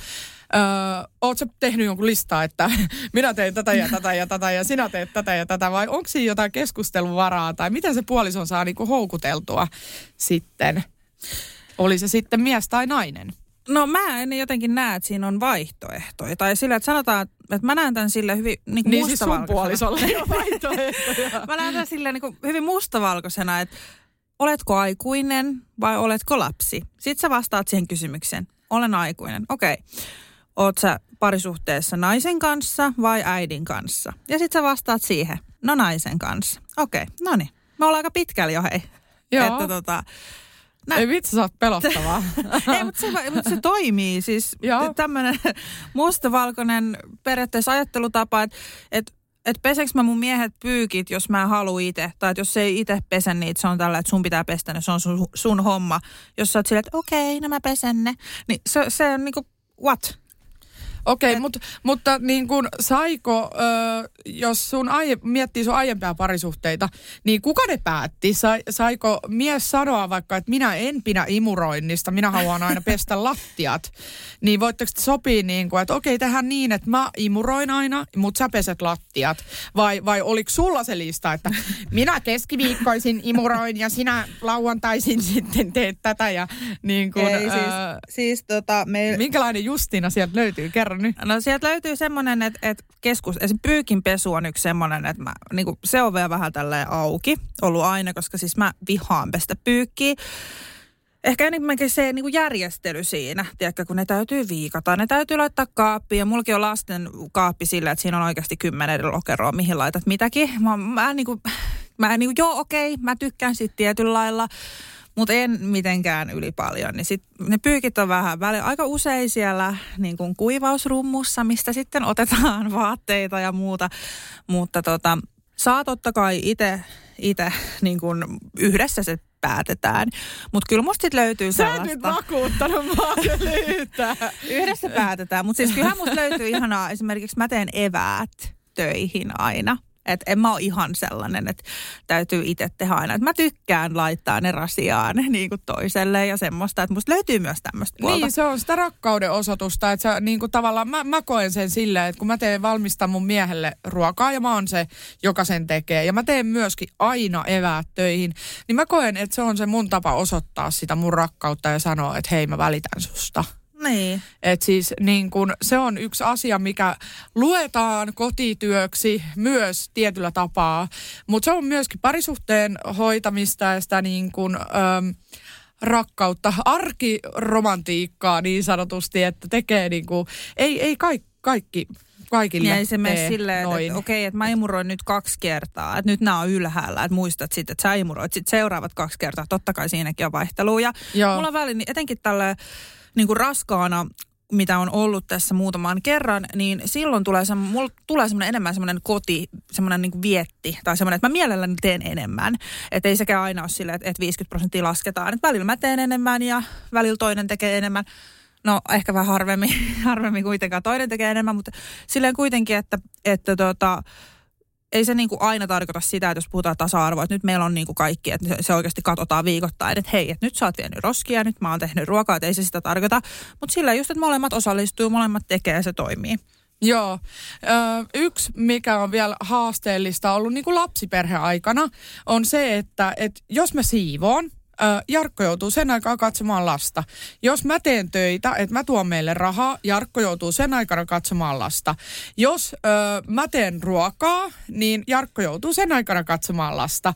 ootko sä tehnyt jonkun listaa, että minä teen tätä ja tätä ja tätä ja sinä teet tätä ja tätä, vai onko siinä jotain keskusteluvaraa tai miten se puolison saa houkuteltua sitten, oli se sitten mies tai nainen? No mä en jotenkin näe, että siinä on vaihtoehtoja. Tai sillä, että sanotaan, että mä näen tämän sille hyvin niin siis sun puolisolla ei ole vaihtoehtoja. Mä näen tämän sille hyvin mustavalkoisena, että oletko aikuinen vai oletko lapsi? Sitten sä vastaat siihen kysymykseen. Olen aikuinen. Okei. Oot sä parisuhteessa naisen kanssa vai äidin kanssa? Ja sitten sä vastaat siihen. No naisen kanssa. Okei. No niin. Me ollaan aika pitkällä jo, hei. Joo. Että ei vitsi, sä oot pelottavaa. Ei, mutta se toimii. Siis tämmöinen mustavalkoinen periaatteessa ajattelutapa, että peseekö mä mun miehet pyykit, jos mä haluan itse. Tai että jos se ei itse pese niitä, se on tällä, että sun pitää pestä ne, se on sun homma. Jos sä oot silleen, että okei, no mä pesen ne. Niin se on what? Okei, mutta saiko, jos miettii sun aiempia parisuhteita, niin kuka ne päätti? Saiko mies sanoa vaikka, että minä en pidä imuroinnista, minä haluan aina pestä lattiat? Niin voitteko te sopia että okei, tehdään niin, että mä imuroin aina, mutta sä peset lattiat? Vai oliko sulla se lista, että minä keskiviikkoisin imuroin ja sinä lauantaisin sitten teet tätä ja minkälainen Justiina sieltä löytyy? Kerro nyt. No sieltä löytyy semmoinen, että pyykinpesu on yksi semmoinen, että se on vielä vähän tälleen auki ollut aina, koska siis mä vihaan pestä pyykkiä. Ehkä enemmänkin se järjestely siinä, tiedätkö, kun ne täytyy viikata, ne täytyy laittaa kaappiin. Ja mullakin on lasten kaappi sillä, että siinä on oikeasti 10 lokeroa, mihin laitat mitäkin. Mä tykkään siitä tietyllä lailla. Mutta en mitenkään yli paljon. Niin sit ne pyykit on vähän aika usein siellä kuivausrummussa, mistä sitten otetaan vaatteita ja muuta. Mutta saa totta kai itse yhdessä se päätetään. Mutta kyllä musta sitten löytyy sellaista. Sä et nyt vakuuttanut vaan Yhdessä päätetään. Mutta siis kyllähän musta löytyy ihanaa. Esimerkiksi mä teen eväät töihin aina. Että en mä ole ihan sellainen, että täytyy itse tehdä aina. Että mä tykkään laittaa ne rasiaan toiselle ja semmoista. Että musta löytyy myös tämmöistä puolta. Niin, se on sitä rakkauden osoitusta. Että sä, tavallaan mä koen sen silleen, että kun mä valmistan mun miehelle ruokaa ja mä oon se, joka sen tekee. Ja mä teen myöskin aina eväät töihin. Niin mä koen, että se on se mun tapa osoittaa sitä mun rakkautta ja sanoa, että hei, mä välitän susta. Niin. Että siis se on yksi asia, mikä luetaan kotityöksi myös tietyllä tapaa, mutta se on myöskin parisuhteen hoitamista ja sitä rakkautta, arkiromantiikkaa niin sanotusti, että tekee ei kaikki kaikille ei se mene silleen, että okei, että mä imuroin nyt 2 kertaa, että nyt nämä on ylhäällä, että muistat sitten, että sä imuroit sitten seuraavat 2 kertaa. Totta kai siinäkin on vaihteluja. Mulla on väliin, etenkin tällä niin kuin raskaana, mitä on ollut tässä muutaman kerran, niin silloin mulla tulee enemmän semmoinen koti, semmoinen niin kuin vietti, tai semmoinen, että mä mielelläni teen enemmän. Että ei sekään aina ole silleen, että 50% lasketaan. Että välillä mä teen enemmän ja välillä toinen tekee enemmän. No ehkä vähän harvemmin kuitenkaan toinen tekee enemmän, mutta silleen kuitenkin, että ei se niin kuin aina tarkoita sitä, että jos puhutaan tasa-arvoa, että nyt meillä on niin kuin kaikki, että se oikeasti katsotaan viikoittain, että hei, että nyt sä oot vienyt roskia, nyt mä oon tehnyt ruokaa, että ei se sitä tarkoita. Mutta sillä just, että molemmat osallistuu, molemmat tekee ja se toimii. Joo. Yksi, mikä on vielä haasteellista ollut niin kuin lapsiperheaikana, on se, että jos mä siivoon, Jarkko joutuu sen aikaa katsomaan lasta. Jos mä teen töitä, että mä tuon meille rahaa, Jarkko joutuu sen aikana katsomaan lasta. Jos mä teen ruokaa, niin Jarkko joutuu sen aikana katsomaan lasta,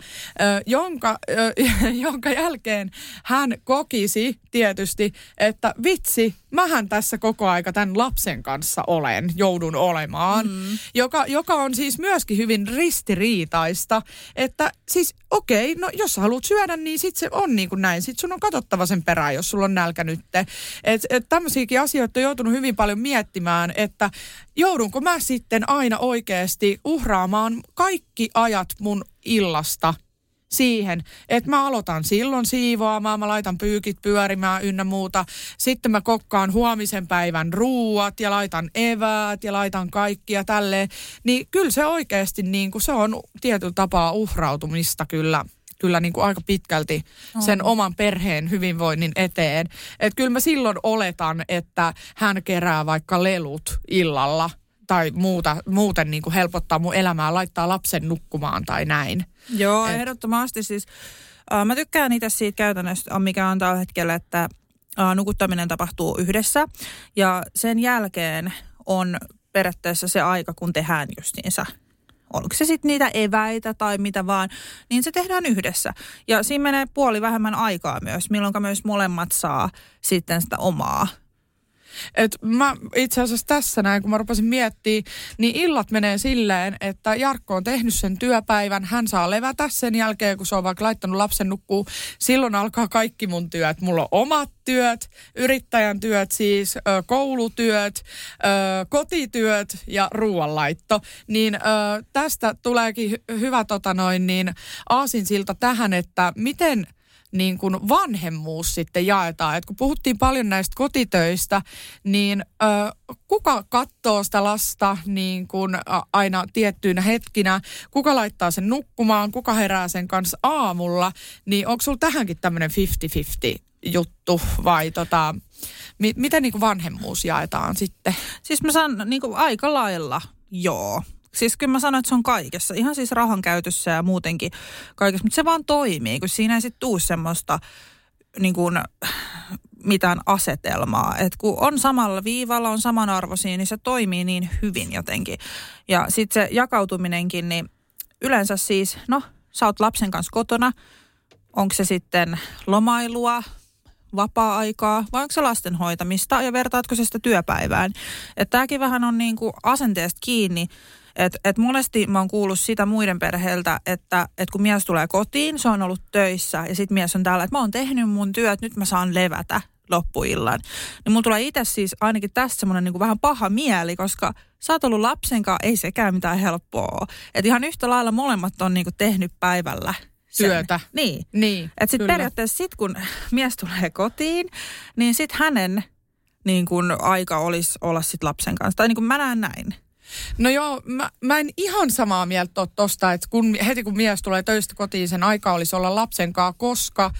jonka jälkeen hän kokisi tietysti, että vitsi, mähän tässä koko aika tämän lapsen kanssa joudun olemaan, joka on siis myöskin hyvin ristiriitaista, että siis okei, no jos sä haluat syödä, niin sit se on niin kuin näin. Sitten sun on katsottava sen perään, jos sulla on nälkä nytte. Tämmöisiäkin asioita on joutunut hyvin paljon miettimään, että joudunko mä sitten aina oikeasti uhraamaan kaikki ajat mun illasta siihen, että mä aloitan silloin siivoamaan, mä laitan pyykit pyörimään ynnä muuta. Sitten mä kokkaan huomisen päivän ruuat ja laitan eväät ja laitan kaikkia tälleen. Niin kyllä se oikeasti niin kuin se on tietyllä tapaa uhrautumista kyllä niin kuin aika pitkälti sen oman perheen hyvinvoinnin eteen. Että kyllä mä silloin oletan, että hän kerää vaikka lelut illalla tai muuten niin kuin helpottaa mun elämää, laittaa lapsen nukkumaan tai näin. Joo, ehdottomasti siis. Mä tykkään itse siitä käytännöstä, mikä on tällä hetkellä, että nukuttaminen tapahtuu yhdessä. Ja sen jälkeen on periaatteessa se aika, kun tehdään justiinsa. Onko se sitten niitä eväitä tai mitä vaan, niin se tehdään yhdessä. Ja siinä menee puoli vähemmän aikaa myös, milloin myös molemmat saa sitten sitä omaa. Et mä itse asiassa tässä näin, kun mä rupesin miettimään, niin illat menee silleen, että Jarkko on tehnyt sen työpäivän, hän saa levätä sen jälkeen, kun se on vaikka laittanut lapsen nukkuu. Silloin alkaa kaikki mun työt. Mulla on omat työt, yrittäjän työt siis, koulutyöt, kotityöt ja ruoanlaitto. Niin tästä tuleekin hyvä aasinsilta tähän, että miten niin kuin vanhemmuus sitten jaetaan. Et kun puhuttiin paljon näistä kotitöistä, niin kuka katsoo sitä lasta niin kuin aina tiettyinä hetkinä, kuka laittaa sen nukkumaan, kuka herää sen kanssa aamulla, niin onko sulla tähänkin tämmöinen 50-50 juttu vai miten niin kuin vanhemmuus jaetaan sitten? Siis mä sanon niin kuin aika lailla joo. Siis kyllä mä sanoin, että se on kaikessa. Ihan siis rahan käytössä ja muutenkin kaikessa. Mutta se vaan toimii, kun siinä ei sitten tule semmoista niin kuin mitään asetelmaa. Että kun on samalla viivalla, on samanarvoisia, niin se toimii niin hyvin jotenkin. Ja sitten se jakautuminenkin, niin yleensä siis, sä oot lapsen kanssa kotona. Onko se sitten lomailua, vapaa-aikaa vai onko se lasten hoitamista ja vertaatko se sitä työpäivään? Että tämäkin vähän on niin kuin asenteesta kiinni. Että monesti mä oon kuullut sitä muiden perheiltä, että kun mies tulee kotiin, se on ollut töissä ja sit mies on täällä, että mä oon tehnyt mun työt, nyt mä saan levätä loppuillan. Niin mulla tulee itse siis ainakin tästä semmoinen niin kuin vähän paha mieli, koska sä oot ollut lapsenkaan, ei sekään mitään helppoa. Että ihan yhtä lailla molemmat on niin kuin tehnyt päivällä työtä. Niin. Että sitten periaatteessa sit kun mies tulee kotiin, niin sit hänen niin kuin aika olisi olla sit lapsen kanssa. Tai niin kuin mä näen näin. No joo, mä en ihan samaa mieltä ole tosta, että heti kun mies tulee töistä kotiin, sen aika olisi olla lapsenkaan, koska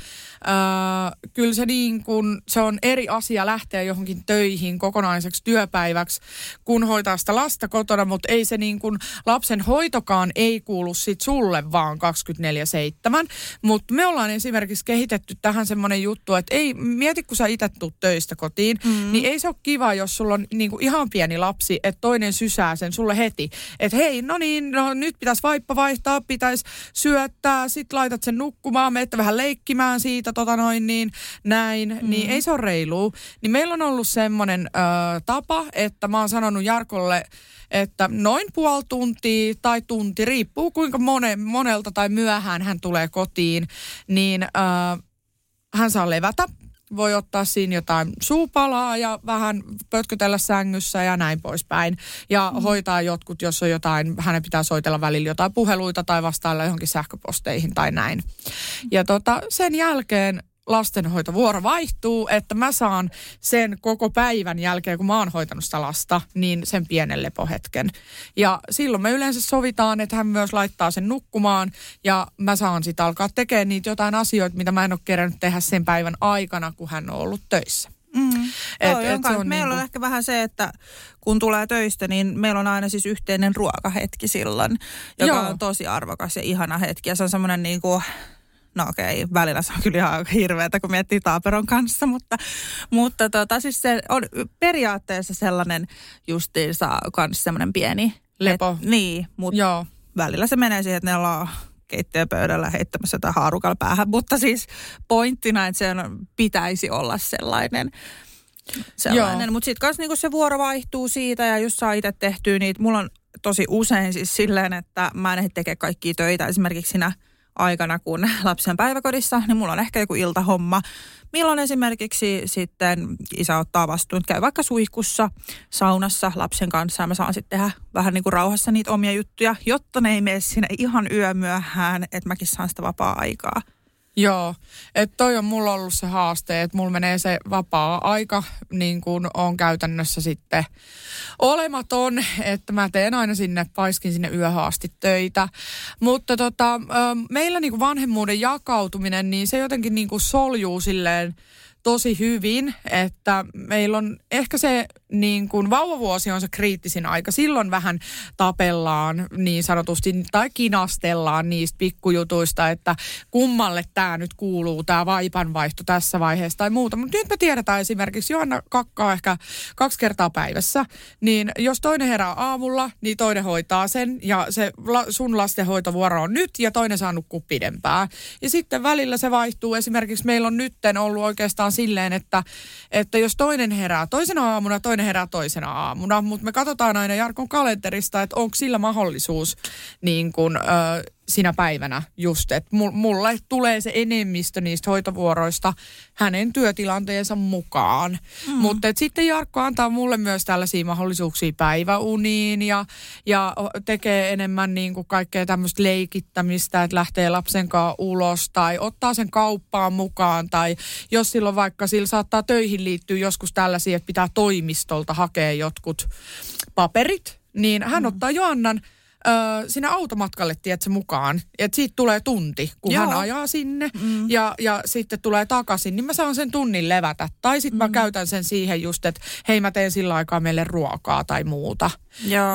kyllä se niin kuin, se on eri asia lähteä johonkin töihin kokonaiseksi työpäiväksi, kun hoitaa sitä lasta kotona, mutta ei se niin kuin, lapsen hoitokaan ei kuulu sit sulle vaan 24/7, mutta me ollaan esimerkiksi kehitetty tähän semmoinen juttu, että ei, mieti kun sä itse tuut töistä kotiin, niin ei se ole kiva, jos sulla on niin kuin ihan pieni lapsi, että toinen sysää sen sulle heti. Että hei, no niin, nyt pitäisi vaippa vaihtaa, pitäisi syöttää, sit laitat sen nukkumaan, meette vähän leikkimään siitä, näin, niin ei se ole reilua. Niin meillä on ollut semmoinen tapa, että mä oon sanonut Jarkolle, että noin puoli tuntia tai tunti, riippuu kuinka monelta tai myöhään hän tulee kotiin, niin hän saa levätä. Voi ottaa siinä jotain suupalaa ja vähän pötkötellä sängyssä ja näin poispäin. Ja hoitaa jotkut, jos on jotain, hänen pitää soitella välillä jotain puheluita tai vastailla johonkin sähköposteihin tai näin. Ja sen jälkeen lastenhoitovuoro vaihtuu, että mä saan sen koko päivän jälkeen, kun mä oon hoitanut sitä lasta, niin sen pienen lepohetken. Ja silloin me yleensä sovitaan, että hän myös laittaa sen nukkumaan ja mä saan sitten alkaa tekemään niitä jotain asioita, mitä mä en ole kerännyt tehdä sen päivän aikana, kun hän on ollut töissä. Meillä on ehkä vähän se, että kun tulee töistä, niin meillä on aina siis yhteinen ruokahetki silloin, joka on tosi arvokas ja ihana hetki. Ja se on semmoinen niinku... No okei, välillä se on kyllä ihan hirveätä, kun miettii taaperon kanssa, mutta siis se on periaatteessa sellainen justiinsa kans semmoinen pieni lepo. Niin, mutta välillä se menee siihen, että ne ollaan keittiöpöydällä heittämässä jotain haarukalla päähän, mutta siis pointtina, että se pitäisi olla sellainen. Mutta sitten kanssa niinku se vuoro vaihtuu siitä ja jos saa itse tehtyä niitä, mulla on tosi usein siis silleen, että mä en ehdi tekemään kaikkia töitä esimerkiksi siinä aikana, kun lapsen päiväkodissa, niin mulla on ehkä joku iltahomma. Milloin esimerkiksi sitten isä ottaa vastuun, käy vaikka suihkussa, saunassa lapsen kanssa ja mä saan sitten tehdä vähän niin kuin rauhassa niitä omia juttuja, jotta ne ei mene sinne ihan yömyöhään, että mäkin saan sitä vapaa-aikaa. Joo, että toi on mulla ollut se haaste, että mulla menee se vapaa-aika, niin kuin on käytännössä sitten olematon, että mä teen aina paiskin sinne yöhön asti töitä. Mutta meillä niin kuin vanhemmuuden jakautuminen, niin se jotenkin niin kuin soljuu silleen tosi hyvin, että meillä on ehkä se niin kuin vauvavuosi on se kriittisin aika. Silloin vähän tapellaan niin sanotusti tai kinastellaan niistä pikkujutuista, että kummalle tämä nyt kuuluu, tämä vaipanvaihto tässä vaiheessa tai muuta. Mutta nyt me tiedetään esimerkiksi, Johanna kakkaa ehkä 2 kertaa päivässä, niin jos toinen herää aamulla, niin toinen hoitaa sen ja se sun lastenhoitovuoro on nyt ja toinen saa nukkua pidempään. Ja sitten välillä se vaihtuu. Esimerkiksi meillä on nytten ollut oikeastaan silleen, että jos toinen herää toisena aamuna, toinen herää toisena aamuna, mutta me katsotaan aina Jarkon kalenterista, että onko sillä mahdollisuus niin kuin sinä päivänä just, että mulle tulee se enemmistö niistä hoitovuoroista hänen työtilanteensa mukaan. Mutta sitten Jarkko antaa mulle myös tällaisia mahdollisuuksia päiväuniin ja tekee enemmän niin kuin kaikkea tämmöistä leikittämistä, että lähtee lapsen kanssa ulos tai ottaa sen kauppaan mukaan tai jos silloin vaikka sillä saattaa töihin liittyä joskus tällaisia, että pitää toimistolta hakea jotkut paperit, niin hän ottaa Joannan sinne automatkalle, tiedätkö, mukaan. Että siitä tulee tunti, kun hän ajaa sinne ja sitten tulee takaisin, niin mä saan sen tunnin levätä. Tai sitten mä käytän sen siihen just, että hei mä teen sillä aikaa meille ruokaa tai muuta. Joo,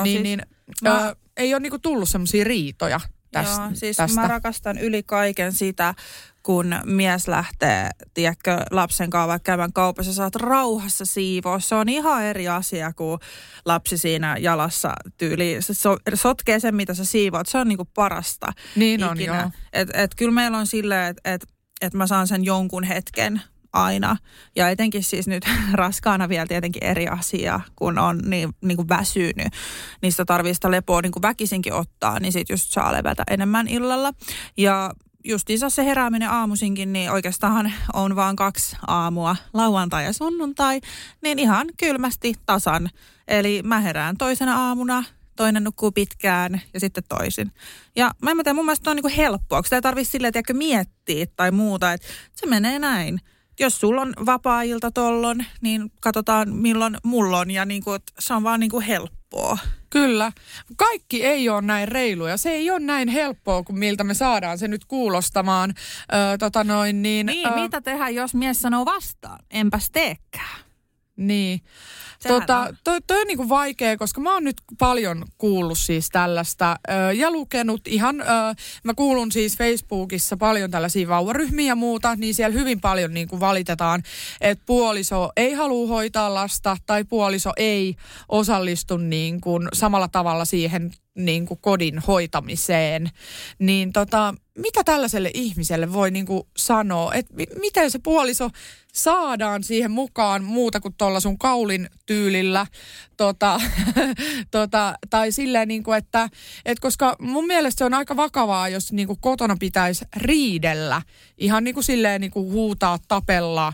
ei ole niinku tullut semmoisia riitoja tästä. Joo, siis mä rakastan yli kaiken sitä, kun mies lähtee, tiedätkö, lapsen kanssa vaikka käymään kaupassa, saat rauhassa siivoa. Se on ihan eri asia kuin lapsi siinä jalassa tyyli. Se sotkee sen, mitä sä siivoat. Se on niinku parasta niin ikinä. On, joo. Et kyllä meillä on silleen, että mä saan sen jonkun hetken aina. Ja etenkin siis nyt raskaana vielä tietenkin eri asia, kun on niin kuin väsynyt. Niistä tarvii sitä lepoa niin kuin väkisinkin ottaa, niin sit just saa levätä enemmän illalla. Ja justiinsa se herääminen aamuisinkin, niin oikeastaan on vaan 2 aamua, lauantai ja sunnuntai, niin ihan kylmästi tasan. Eli mä herään toisena aamuna, toinen nukkuu pitkään ja sitten toisin. Ja mä en tiedä, mun mielestä on niin kuin helppoa, kun sitä ei tarvitse silleen, että miettiä tai muuta, että se menee näin. Jos sulla on vapaa-ilta tollon, niin katsotaan milloin mulla on ja niin kuin, se on vaan niin kuin helppoa. Kyllä. Kaikki ei ole näin reiluja. Se ei ole näin helppoa kuin miltä me saadaan se nyt kuulostamaan. Mitä tehdä, jos mies sanoo vastaan? Enpäs teekään. Niin. Toi on niinku vaikea, koska mä oon nyt paljon kuullut siis tällaista ja lukenut ihan, mä kuulun siis Facebookissa paljon tällaisia vauvaryhmiä ja muuta, niin siellä hyvin paljon niinku valitetaan, että puoliso ei halua hoitaa lasta tai puoliso ei osallistu niinku samalla tavalla siihen niinku kodin hoitamiseen. Niin mitä tällaiselle ihmiselle voi niinku sanoa, että miten se puoliso saadaan siihen mukaan muuta kuin tuolla sun kaulin tyylillä, tai silleen niinku, että koska mun mielestä se on aika vakavaa, jos niinku kotona pitäisi riidellä, ihan niinku silleen niinku huutaa, tapella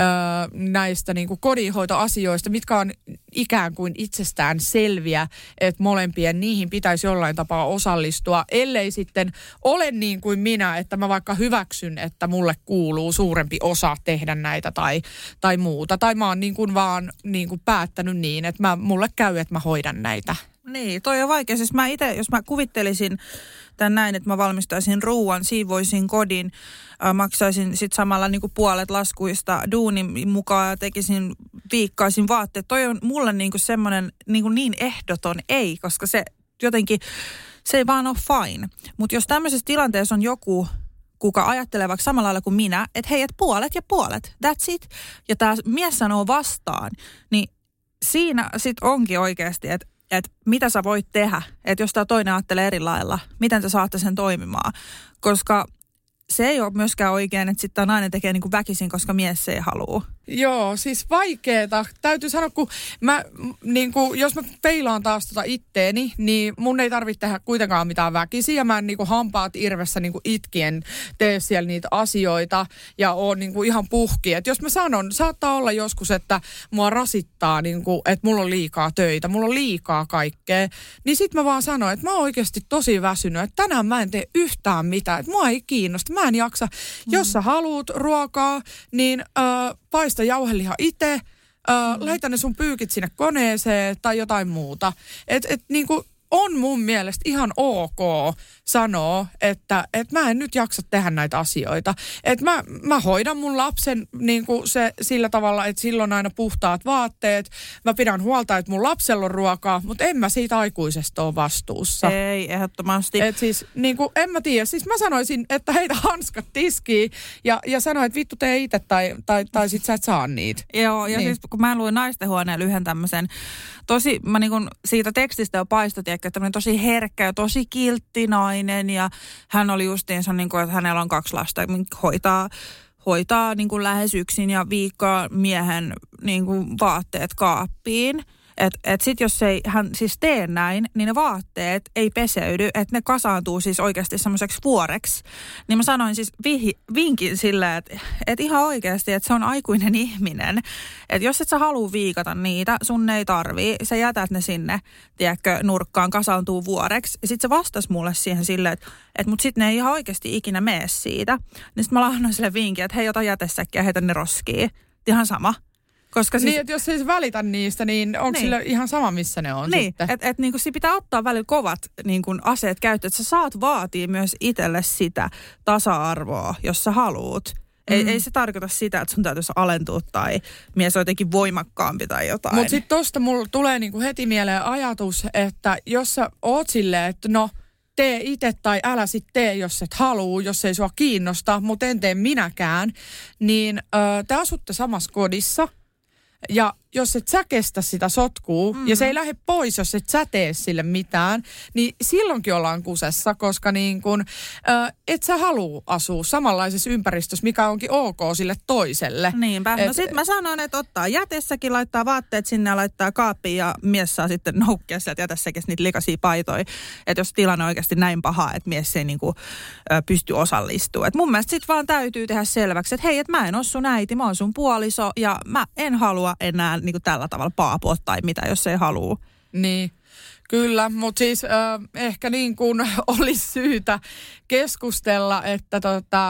näistä niinku kodinhoitoasioista, mitkä on ikään kuin itsestään selviä, että molempien niihin pitäisi jollain tapaa osallistua, ellei sitten ole niin kuin minä, että mä vaikka hyväksyn, että mulle kuuluu suurempi osa tehdä näitä tai muuta. Tai mä oon niin kuin vaan niin kuin päättänyt niin, että mulle käy, että mä hoidan näitä. Niin, toi on vaikea. Siis mä itse, jos mä kuvittelisin tämän näin, että mä valmistaisin ruuan, siivoisin kodin, maksaisin sitten samalla niin kuin puolet laskuista duunin mukaan ja viikkaisin vaatteet. Toi on mulle niin kuin semmoinen niin ehdoton ei, koska se jotenkin, se ei vaan ole fine. Mutta jos tämmöisessä tilanteessa on joku, kuka ajattelee vaikka samalla lailla kuin minä, että hei, et puolet ja puolet, that's it. Ja tämä mies sanoo vastaan, niin siinä sitten onkin oikeasti, että mitä sä voit tehdä, että jos tämä toinen ajattelee eri lailla, miten te saatte sen toimimaan. Koska se ei ole myöskään oikein, että sitten nainen tekee niin kuin väkisin, koska mies se ei halua. Joo, siis vaikeeta. Täytyy sanoa, kun mä, niin kuin, jos mä peilaan taas itteeni, niin mun ei tarvitse tehdä kuitenkaan mitään väkisin. Ja mä en niin kuin hampaat irvessä niin kuin itkien tee siellä niitä asioita ja oon niin kuin ihan puhki. Että jos mä sanon, saattaa olla joskus, että mua rasittaa, niin kuin, että mulla on liikaa töitä, mulla on liikaa kaikkea. Niin sit mä vaan sanon, että mä oon oikeasti tosi väsynyt, että tänään mä en tee yhtään mitään. Että mua ei kiinnosta, mä en jaksa. Jos sä haluut ruokaa, niin paista jauheliha itse, laita ne sun pyykit sinne koneeseen tai jotain muuta. Et niinku on mun mielestä ihan ok sanoa, että mä en nyt jaksa tehdä näitä asioita. Että mä hoidan mun lapsen niinku sillä tavalla, että silloin aina puhtaat vaatteet. Mä pidän huolta, että mun lapsella on ruokaa, mutta en mä siitä aikuisesta ole vastuussa. Ei, ehdottomasti. Et siis niinku, en mä tiedä. Siis mä sanoisin, että heitä hanskat tiskiin ja sano, että vittu tee itse tai sit sä et saa niitä. Joo, ja niin. Siis kun mä luin naistenhuoneen yhden tämmöisen, mä niinku siitä tekstistä jo paistot, että tämmöinen tosi herkkä ja tosi kiltti nainen ja hän oli justiinsa niin kuin, että hänellä on 2 lasta, hoitaa niin kuin lähes yksin ja viikkaa miehen niin kuin vaatteet kaappiin. Että sit jos ei hän siis tee näin, niin ne vaatteet ei peseydy, että ne kasaantuu siis oikeasti semmoiseksi vuoreksi. Niin mä sanoin siis vinkin silleen, että ihan oikeasti, että se on aikuinen ihminen. Että jos et sä halua viikata niitä, sun ei tarvii. Sä jätät ne sinne, tiedätkö, nurkkaan, kasaantuu vuoreksi. Ja sit se vastasi mulle siihen silleen, että mut sit ne ei ihan oikeasti ikinä mene siitä. Niin sit mä annoin sille vinkin, että hei, ota jätesäkkiä ja heitä ne roskiin. Ihan sama. Koska siis, niin, että jos ei välitä niistä, niin onko sillä ihan sama, missä ne on niin, sitten? Että niinku pitää ottaa välillä kovat niinku aseet käyttöön, että sä saat vaatia myös itselle sitä tasa-arvoa, jos sä haluut. Ei se tarkoita sitä, että sun täytyisi alentua tai mies on jotenkin voimakkaampi tai jotain. Mutta sitten tosta mulla tulee niinku heti mieleen ajatus, että jos sä oot silleen, että no tee itse tai älä sit tee, jos et haluu, jos ei sua kiinnosta, mutta en tee minäkään, niin te asutte samassa kodissa. Ja jos et sä kestä sitä sotkua ja se ei lähde pois, jos et sä tee sille mitään, niin silloinkin ollaan kusessa, koska niin kun, et sä halua asua samanlaisessa ympäristössä, mikä onkin ok sille toiselle. Niinpä. No sit mä sanon, että ottaa jätessäkin, laittaa vaatteet sinne ja laittaa kaappiin ja mies saa sitten noukkia sieltä jätessäkin niitä likaisia paitoja. Että jos tilanne on oikeasti näin paha, että mies ei niinku pysty osallistumaan. Et mun mielestä sit vaan täytyy tehdä selväksi, että hei, että mä en ole sun äiti, mä oon sun puoliso ja mä en halua enää niin kuin tällä tavalla paapua tai mitä, jos ei halua. Niin, kyllä, mutta siis ehkä niin kuin olisi syytä keskustella, että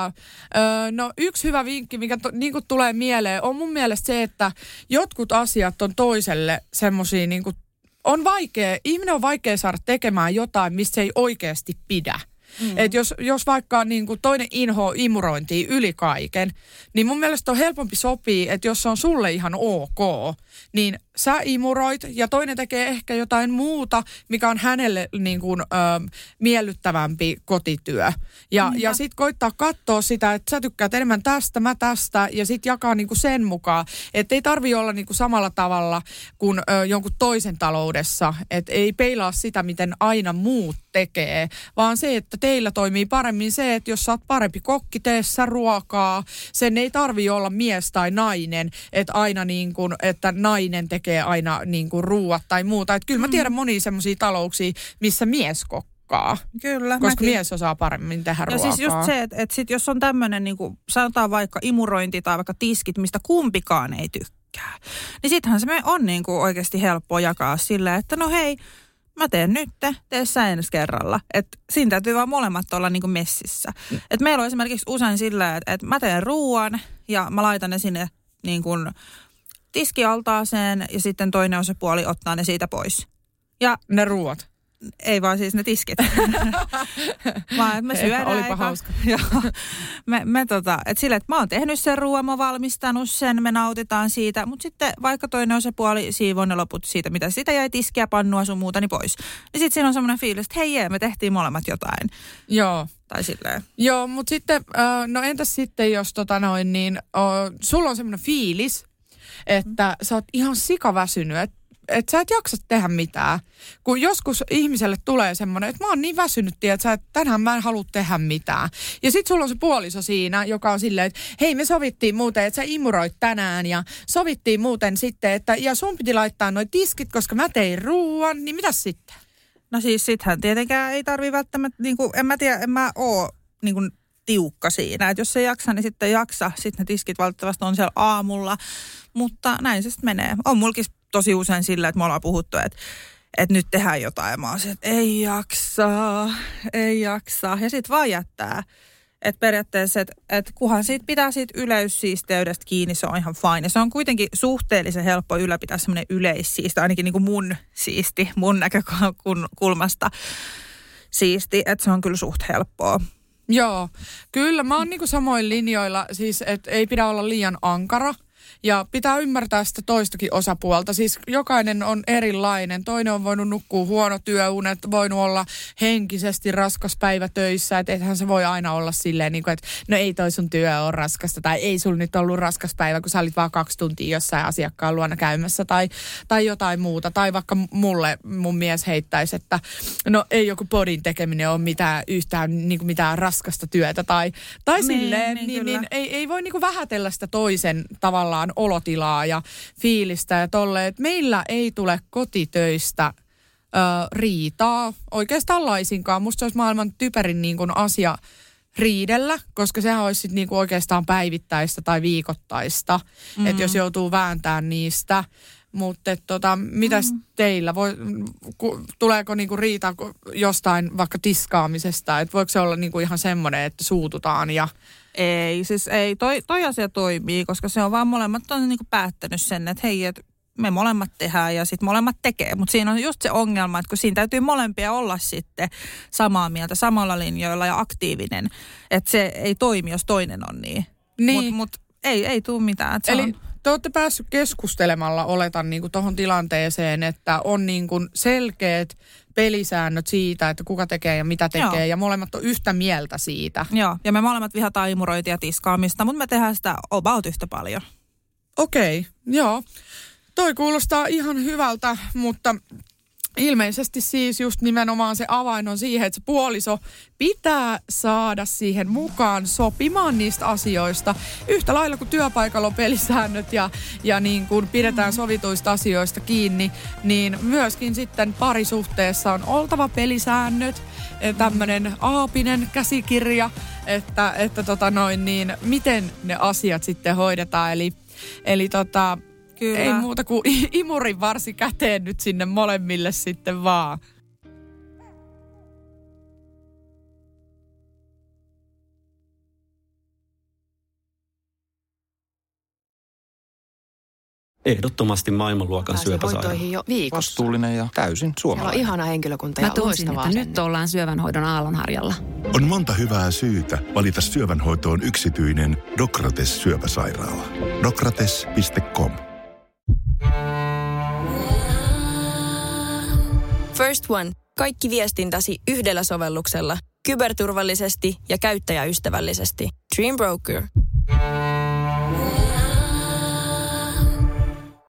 no yksi hyvä vinkki, mikä niin kuin tulee mieleen, on mun mielestä se, että jotkut asiat on toiselle semmosia niin kuin, ihminen on vaikea saada tekemään jotain, mistä se ei oikeasti pidä. Että jos vaikka niin kuin toinen inhoaa imurointia yli kaiken, niin mun mielestä on helpompi sopii, että jos se on sulle ihan ok, niin sä imuroit ja toinen tekee ehkä jotain muuta, mikä on hänelle niin kuin, miellyttävämpi kotityö. Ja sit koittaa katsoa sitä, että sä tykkäät enemmän tästä, mä tästä ja sit jakaa niin kuin sen mukaan. Että ei tarvitse olla niin kuin samalla tavalla kuin jonkun toisen taloudessa. Että ei peilaa sitä, miten aina muut tekee, vaan se, että teillä toimii paremmin se, että jos sä oot parempi kokki, tee sä ruokaa. Sen ei tarvitse olla mies tai nainen, että aina niin kuin, että nainen tekee aina niin kuin ruuat tai muuta. Että kyllä mä tiedän monia semmoisia talouksia, missä mies kokkaa. Kyllä. Koska mies osaa paremmin tehdä ruokaa. Ja siis just se, että sit jos on tämmöinen, niin kuin sanotaan vaikka imurointi tai vaikka tiskit, mistä kumpikaan ei tykkää, niin sittenhän se on niin kuin oikeasti helppo jakaa silleen, että no hei, mä teen nyt, tee sä ensi kerralla. Että siinä täytyy vaan molemmat olla niin kuin messissä. Että meillä on esimerkiksi usein sillä, että mä teen ruuan ja mä laitan ne sinne niin kuin tiskialtaaseen ja sitten toinen osapuoli ottaa ne siitä pois. Ja ne ruuat? Ei vaan siis ne tiskit. Vaan että me syödään. Olipa hauska. Että sille, että mä oon tehnyt sen ruoan, mä oon valmistanut sen, me nautitaan siitä. Mutta sitten vaikka toinen osapuoli siivoo ne loput siitä, mitä siitä jäi tiskiä, pannua sun muuta, niin pois. Niin sitten siinä on semmoinen fiilis, että hei me tehtiin molemmat jotain. Joo. Tai silleen. Joo, mutta sitten, no entäs sitten, jos sulla on semmoinen fiilis, että sä oot ihan sikaväsynyt, että sä et jaksa tehdä mitään. Kun joskus ihmiselle tulee semmoinen, että mä oon niin väsynyt, että tänään mä en halua tehdä mitään. Ja sit sulla on se puoliso siinä, joka on silleen, että hei me sovittiin muuten, että sä imuroit tänään ja sovittiin muuten sitten, että ja sun piti laittaa noi tiskit, koska mä tein ruuan, niin mitäs sitten? No siis sittenhän tietenkään ei tarvitse välttämättä, niin kuin, en mä oo niin kuin tiukka siinä. Että jos se jaksa, niin sitten jaksa. Sitten ne tiskit valitettavasti on siellä aamulla. Mutta näin se sitten menee. On mulkin tosi usein sillä, että me ollaan puhuttu, että nyt tehdään jotain. Ja mä oon se, että ei jaksa. Ja sitten vaan jättää. Että periaatteessa, että kunhan siitä pitää siitä yleissiisteydestä kiinni, se on ihan fine. Ja se on kuitenkin suhteellisen helppo ylläpitää semmoinen yleissiisti, ainakin niin kuin mun näkökulmasta siisti, että se on kyllä suht helppoa. Joo, kyllä mä oon niinku samoin linjoilla, siis että ei pidä olla liian ankara. Ja pitää ymmärtää sitä toistakin osapuolta. Siis jokainen on erilainen. Toinen on voinut nukkua huono työunet, voinut olla henkisesti raskas päivä töissä. Että ethän se voi aina olla silleen, niin kuin, että no ei toi sun työ ole raskasta. Tai ei sulla nyt ollut raskas päivä, kun sä olit vaan 2 tuntia jossain asiakkaan luona käymässä. Tai jotain muuta. Tai vaikka mun mies heittäisi, että no ei joku podin tekeminen ole yhtään niin kuin mitään raskasta työtä. Tai silleen, niin ei voi niin kuin vähätellä sitä toisen tavallaan olotilaa ja fiilistä ja tolleen, että meillä ei tule kotitöistä riitaa oikeastaan laisinkaan. Musta se olisi maailman typerin niin kuin asia riidellä, koska sehän olisi sit niin kuin oikeastaan päivittäistä tai viikoittaista, että jos joutuu vääntämään niistä. Mutta mitäs teillä? Tuleeko niinku riita jostain vaikka tiskaamisesta? Et voiko se olla niinku ihan semmoinen, että suututaan ja... Ei, siis ei. Toi asia toimii, koska se on vaan molemmat on niinku päättänyt sen, että hei, et me molemmat tehdään ja sitten molemmat tekee. Mutta siinä on just se ongelma, että kun siinä täytyy molempia olla sitten samaa mieltä, samalla linjoilla ja aktiivinen. Että se ei toimi, jos toinen on niin. Mut ei tule mitään. Eli te olette päässyt keskustelemalla, oletan niin kuin tuohon tilanteeseen, että on niin kuin selkeät pelisäännöt siitä, että kuka tekee ja mitä tekee. Joo. Ja molemmat on yhtä mieltä siitä. Joo, ja me molemmat vihataan imurointia ja tiskaamista, mutta me tehdään sitä about yhtä paljon. Okei, joo. Toi kuulostaa ihan hyvältä, mutta ilmeisesti siis just nimenomaan se avain on siihen, että se puoliso pitää saada siihen mukaan sopimaan niistä asioista. Yhtä lailla kuin työpaikalla on pelisäännöt ja niin kuin pidetään sovituista asioista kiinni, niin myöskin sitten parisuhteessa on oltava pelisäännöt, tämmöinen aapinen käsikirja, että miten ne asiat sitten hoidetaan. Eli kyllä. Ei muuta kuin imurin varsi käteen nyt sinne molemmille sitten vaan. Ehdottomasti maailmanluokan syöpäsairaala. Hoitoihin jo viikossa. Vastuullinen ja täysin suomalainen. Siellä on ihana henkilökunta ja mä tunsin, loistava että nyt ollaan syövänhoidon aallonharjalla. On monta hyvää syytä valita syövänhoitoon yksityinen Docrates syöpäsairaala. Docrates.com. First One. Kaikki viestintäsi yhdellä sovelluksella. Kyberturvallisesti ja käyttäjäystävällisesti. Dream Broker.